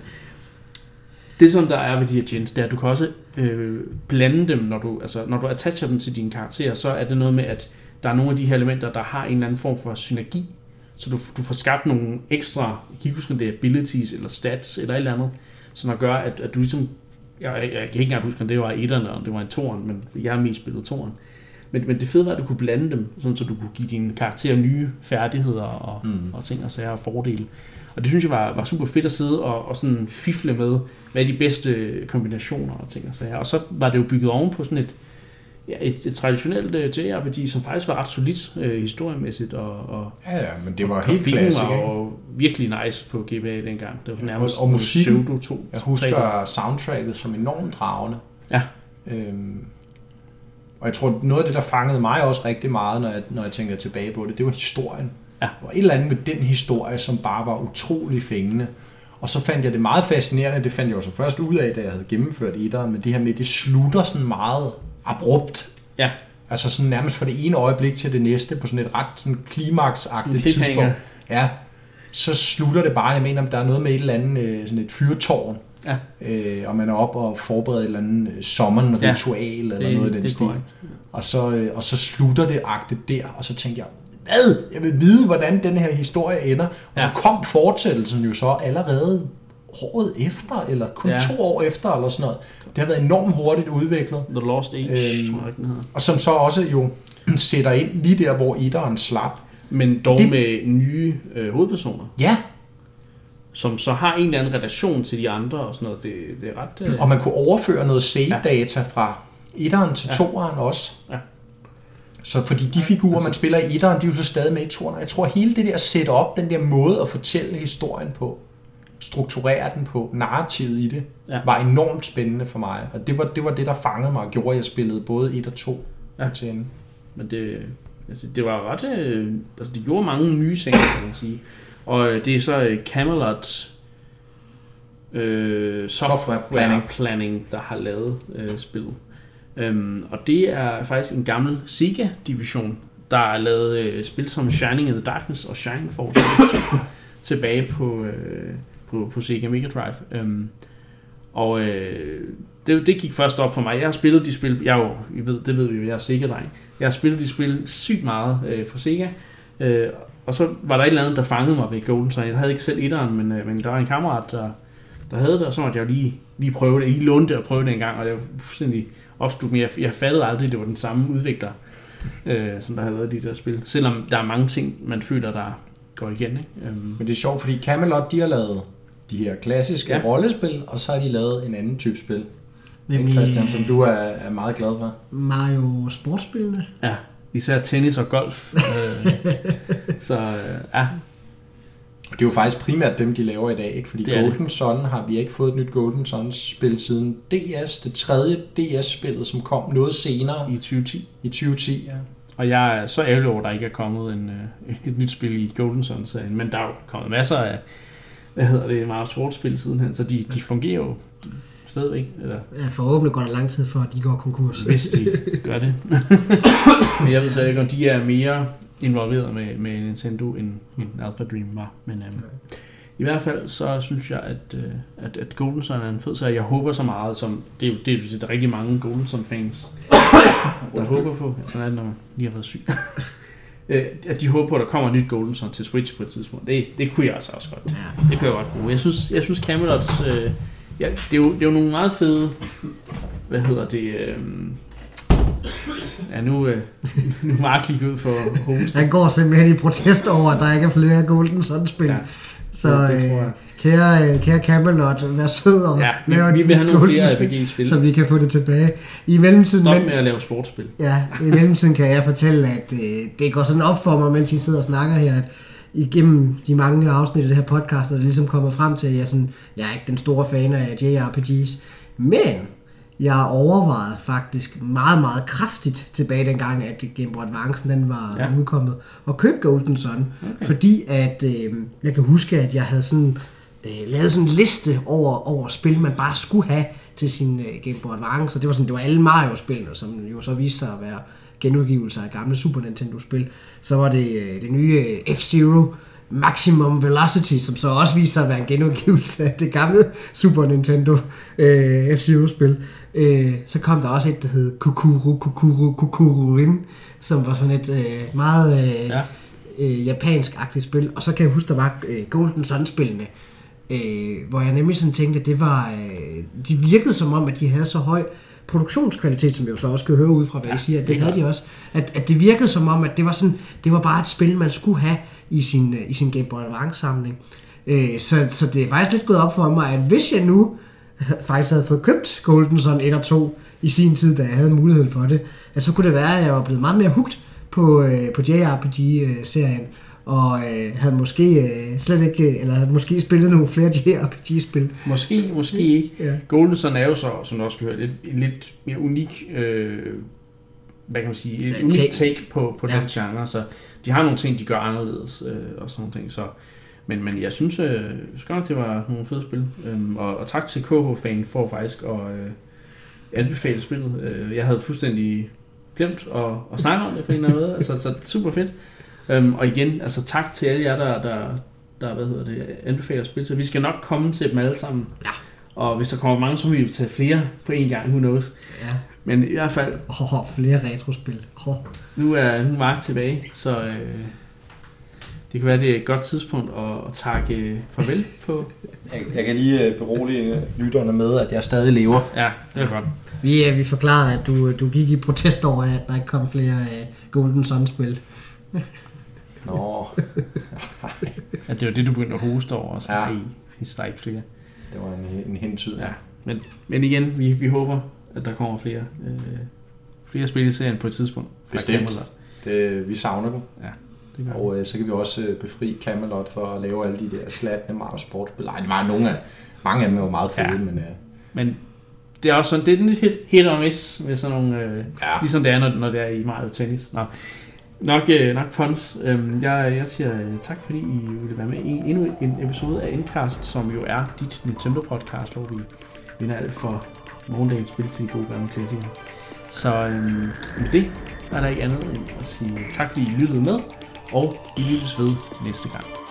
det som der er ved de her djinns, det er, at du kan også øh, blande dem, når du, altså, når du attacher dem til dine karakterer, så er det noget med, at der er nogle af de her elementer, der har en eller anden form for synergi, så du, du får skabt nogle ekstra, jeg kan ikke huske, om det er abilities eller stats eller et eller andet, som der gør, at, at du ligesom, jeg, jeg, jeg kan ikke engang huske, om det var etterne, eller det var en toren, men jeg har mest spillet toren. Men, men det fede var, at du kunne blande dem, sådan, så du kunne give dine karakterer nye færdigheder og, mm. og ting og sager og fordele. Og det synes jeg var, var super fedt at sidde og, og sådan fifle med, hvad er de bedste kombinationer og ting og sager. Og så var det jo bygget oven på sådan et, ja, et, et traditionelt uh, J R P G, som faktisk var ret solidt uh, historiemæssigt. Og, og, ja, ja, men det var helt klassisk. Og, og virkelig nice på G B A dengang. Det var nærmest og, og musikken, pseudo to. Jeg husker soundtracket som enormt dragende. Ja. Øhm, og jeg tror, noget af det, der fangede mig også rigtig meget, når jeg, når jeg tænker tilbage på det, det var historien. Ja. Der var et eller andet med den historie, som bare var utrolig fængende. Og så fandt jeg det meget fascinerende, det fandt jeg også først ud af, da jeg havde gennemført etteren, men det her med, det slutter sådan meget abrupt. Ja. Altså sådan nærmest fra det ene øjeblik til det næste, på sådan et ret sådan klimaksagtigt tidspunkt. Ja. Så slutter det bare, jeg mener, der er noget med et eller andet, sådan et fyrtårn. Ja. Øh, og man er op og forbereder et eller andet summon-ritual ja, eller det, noget af den det stil. Og så, og så slutter det agtet der, og så tænkte jeg, hvad? Jeg vil vide, hvordan den her historie ender. Og ja. så kom fortsættelsen jo så allerede året efter, eller kun ja. to år efter, eller sådan noget. Det har været enormt hurtigt udviklet. The Lost Age, øhm, tror jeg ikke, den hedder. Og som så også jo sætter ind lige der, hvor etteren slap. Men dog det, med nye øh, hovedpersoner. Ja. Som så har en eller anden relation til de andre og sådan noget. Det, det er ret... Øh... Og man kunne overføre noget save-data ja. fra etteren til toeren også. Ja. Så fordi de figurer, altså, man spiller i etteren, de er jo så stadig med i toeren. Jeg tror, hele det der setup, den der måde at fortælle historien på, strukturere den på, narrativet i det, ja. var enormt spændende for mig. Og det var det, var det der fangede mig og gjorde, at jeg spillede både et og to ja. til ende. Men det, altså, det var ret... Øh, altså, de gjorde mange nye ting, kan man sige. Og det er så Camelot øh, Software, Software Planning. Planning, der har lavet øh, spillet. Um, og det er faktisk en gammel Sega-division, der har lavet øh, spil som Shining in the Darkness og Shining Force tilbage på, øh, på, på Sega Mega Drive. Um, og øh, det, det gik først op for mig. Jeg har spillet de spil, jeg jo, I ved, det ved vi jo, jeg er Sega-dreng. Jeg har spillet de spil sygt meget øh, på Sega. Øh, og så var der et eller andet, der fangede mig ved Golden Sun. Jeg havde ikke selv etteren, men, øh, men der var en kammerat, der, der havde det, og så måtte jeg jo lige, lige prøve det. Jeg lige lånte det og prøve det en gang, og det var fuldstændig opstået, men jeg, jeg fattede aldrig, det var den samme udvikler, øh, som der havde været de der spil. Selvom der er mange ting, man føler, der går igen. Ikke? Um, men det er sjovt, fordi Camelot, de har lavet de her klassiske ja. rollespil, og så har de lavet en anden type spil. Nemlig Christian, som du er, er meget glad for. Mario sportsspillene. Ja, især tennis og golf. øh, så øh, ja. Det er jo faktisk primært dem, de laver i dag, ikke? Fordi Golden Sun har vi ikke fået et nyt Golden Sun-spil siden D S, det tredje D S-spillet, som kom noget senere. I tyve ti. I tyve ti, ja. Og jeg er så ærgerlig over, at der ikke er kommet en, et nyt spil i Golden Sun-serien, men der er jo kommet masser af, hvad hedder det, Mario Sports-spil sidenhen, så de, de fungerer jo stadigvæk. Eller? Ja, forhåbentlig går der lang tid før, de går konkurs. Hvis de gør det. Men jeg ved så ikke, om de er mere involveret med, med Nintendo, end, end Alpha Dream var. Men øhm, i hvert fald, så synes jeg, at, øh, at, at Golden Sun er en fed serie. Jeg håber så meget, som det, det, det, det er rigtig mange Golden Sun-fans, der håber på, sådan er det, når man lige har været syg, at de håber på, at der kommer et nyt Golden Sun til Switch på et tidspunkt. Det, det kunne jeg altså også godt. Det kunne jeg godt bruge. Jeg synes, jeg synes Camelots, øh, ja, det, er jo, det er jo nogle meget fede, hvad hedder det, øh, ja, nu, øh, nu må jeg kigge ud for hovedet. Han går simpelthen i protest over, at der ikke er flere Golden Sun-spil. Ja, så øh, kære, kære Camelot, vær sød og ja, lave vi, vi vil have nogle flere R P G-spil, så vi kan få det tilbage. I mellemtiden, Stop med at lave sportsspil. Ja, i mellemtiden kan jeg fortælle, at øh, det går sådan op for mig, mens I sidder og snakker her, at igennem de mange afsnit af det her podcast, er det ligesom kommer frem til, at jeg, sådan, jeg er ikke den store fan af J R P Gs, men jeg overvejede faktisk meget, meget kraftigt tilbage dengang, at Game Boy Advance den var ja. udkommet, og købte Golden Sun, okay. fordi at øh, jeg kan huske, at jeg havde sådan, øh, lavet sådan en liste over, over spil, man bare skulle have til sin øh, Game Boy Advance, og det var, sådan, det var alle Mario-spillene, som jo så viste sig at være genudgivelser af gamle Super Nintendo-spil. Så var det øh, det nye øh, F-Zero Maximum Velocity, som så også viser sig at være en genudgivelse af det gamle Super Nintendo øh, F-Zero-spil. Øh, så kom der også et, der hed Kukuru Kukuru Kukururin, som var sådan et øh, meget øh, ja. øh, japansk-agtigt spil. Og så kan jeg huske, der var øh, Golden Sun-spillene, øh, hvor jeg nemlig sådan tænkte, at det var, øh, de virkede som om, at de havde så høj produktionskvalitet, som jeg jo så også kan høre ud fra, hvad ja, I siger, at det, det havde de også. At, at det virkede som om, at det var sådan, det var bare et spil, man skulle have i sin, i sin Game Boy Advance-samling. Øh, så, så det er faktisk lidt gået op for mig, at hvis jeg nu faktisk havde fået købt Golden Sun et og to i sin tid, da jeg havde muligheden for det, at så kunne det være, at jeg var blevet meget mere hooked på, øh, på J R P G-serien, og øh, havde måske øh, slet ikke, eller havde måske spillet nogle flere J R P G-spil. Måske, måske ikke. Ja. Golden Sun er jo så, som du også kan høre, lidt, lidt mere unik, øh, hvad kan man sige, et unik take, take på, på ja. den genre, så de har nogle ting, de gør anderledes, øh, og sådan nogle ting, så Men, men jeg synes, øh, godt, det var nogle fede spil. Øhm, og, og tak til K H-fan for faktisk at øh, anbefale spillet. Øh, jeg havde fuldstændig glemt at, at snakke om det på en eller anden måde. Altså, så super fedt. Øhm, og igen, altså tak til alle jer, der, der, der hvad hedder det, anbefaler spil. Så vi skal nok komme til dem alle sammen. Ja. Og hvis der kommer mange, så vil vi tage flere på en gang. Who knows? Ja. Men i hvert fald... Åh, oh, flere retrospil. Oh. Nu er nu Mark tilbage, så... Øh, det kan være, det er et godt tidspunkt at, at takke farvel på. Jeg, jeg kan lige berolige lytterne med, at jeg stadig lever. Ja, det er godt. Vi, vi forklarede, at du, du gik i protest over, at der ikke kom flere uh, Golden Sun-spil. Nå. Ja, det var det, du begyndte at hoste over, og så ja. I, I ikke flere. Det var en, en hentyd. Ja, men, men igen, vi, vi håber, at der kommer flere, øh, flere spil i serien på et tidspunkt. Bestemt. Det, vi savner den. Ja, det gør og øh, så kan vi også øh, befri Camelot for at lave alle de der slattende Mario sportsspil. Nej, det var nogle af, mange af dem er jo meget fede, ja. men... Øh, men det er også sådan, det er lidt hit, hit og miss med sådan nogle, øh, ja. ligesom det er, når, når det er i Mario Tennis. Nå. Nok, øh, nok puns. Øhm, jeg, jeg siger øh, tak, fordi I ville være med i endnu en episode af Endcast, som jo er dit Nintendo-podcast, hvor vi vinder alt for morgendagens spil til de gode gamle klassikere. Så øhm, med det er der ikke andet end at sige tak, fordi I lyttede med, og I lyttes ved næste gang.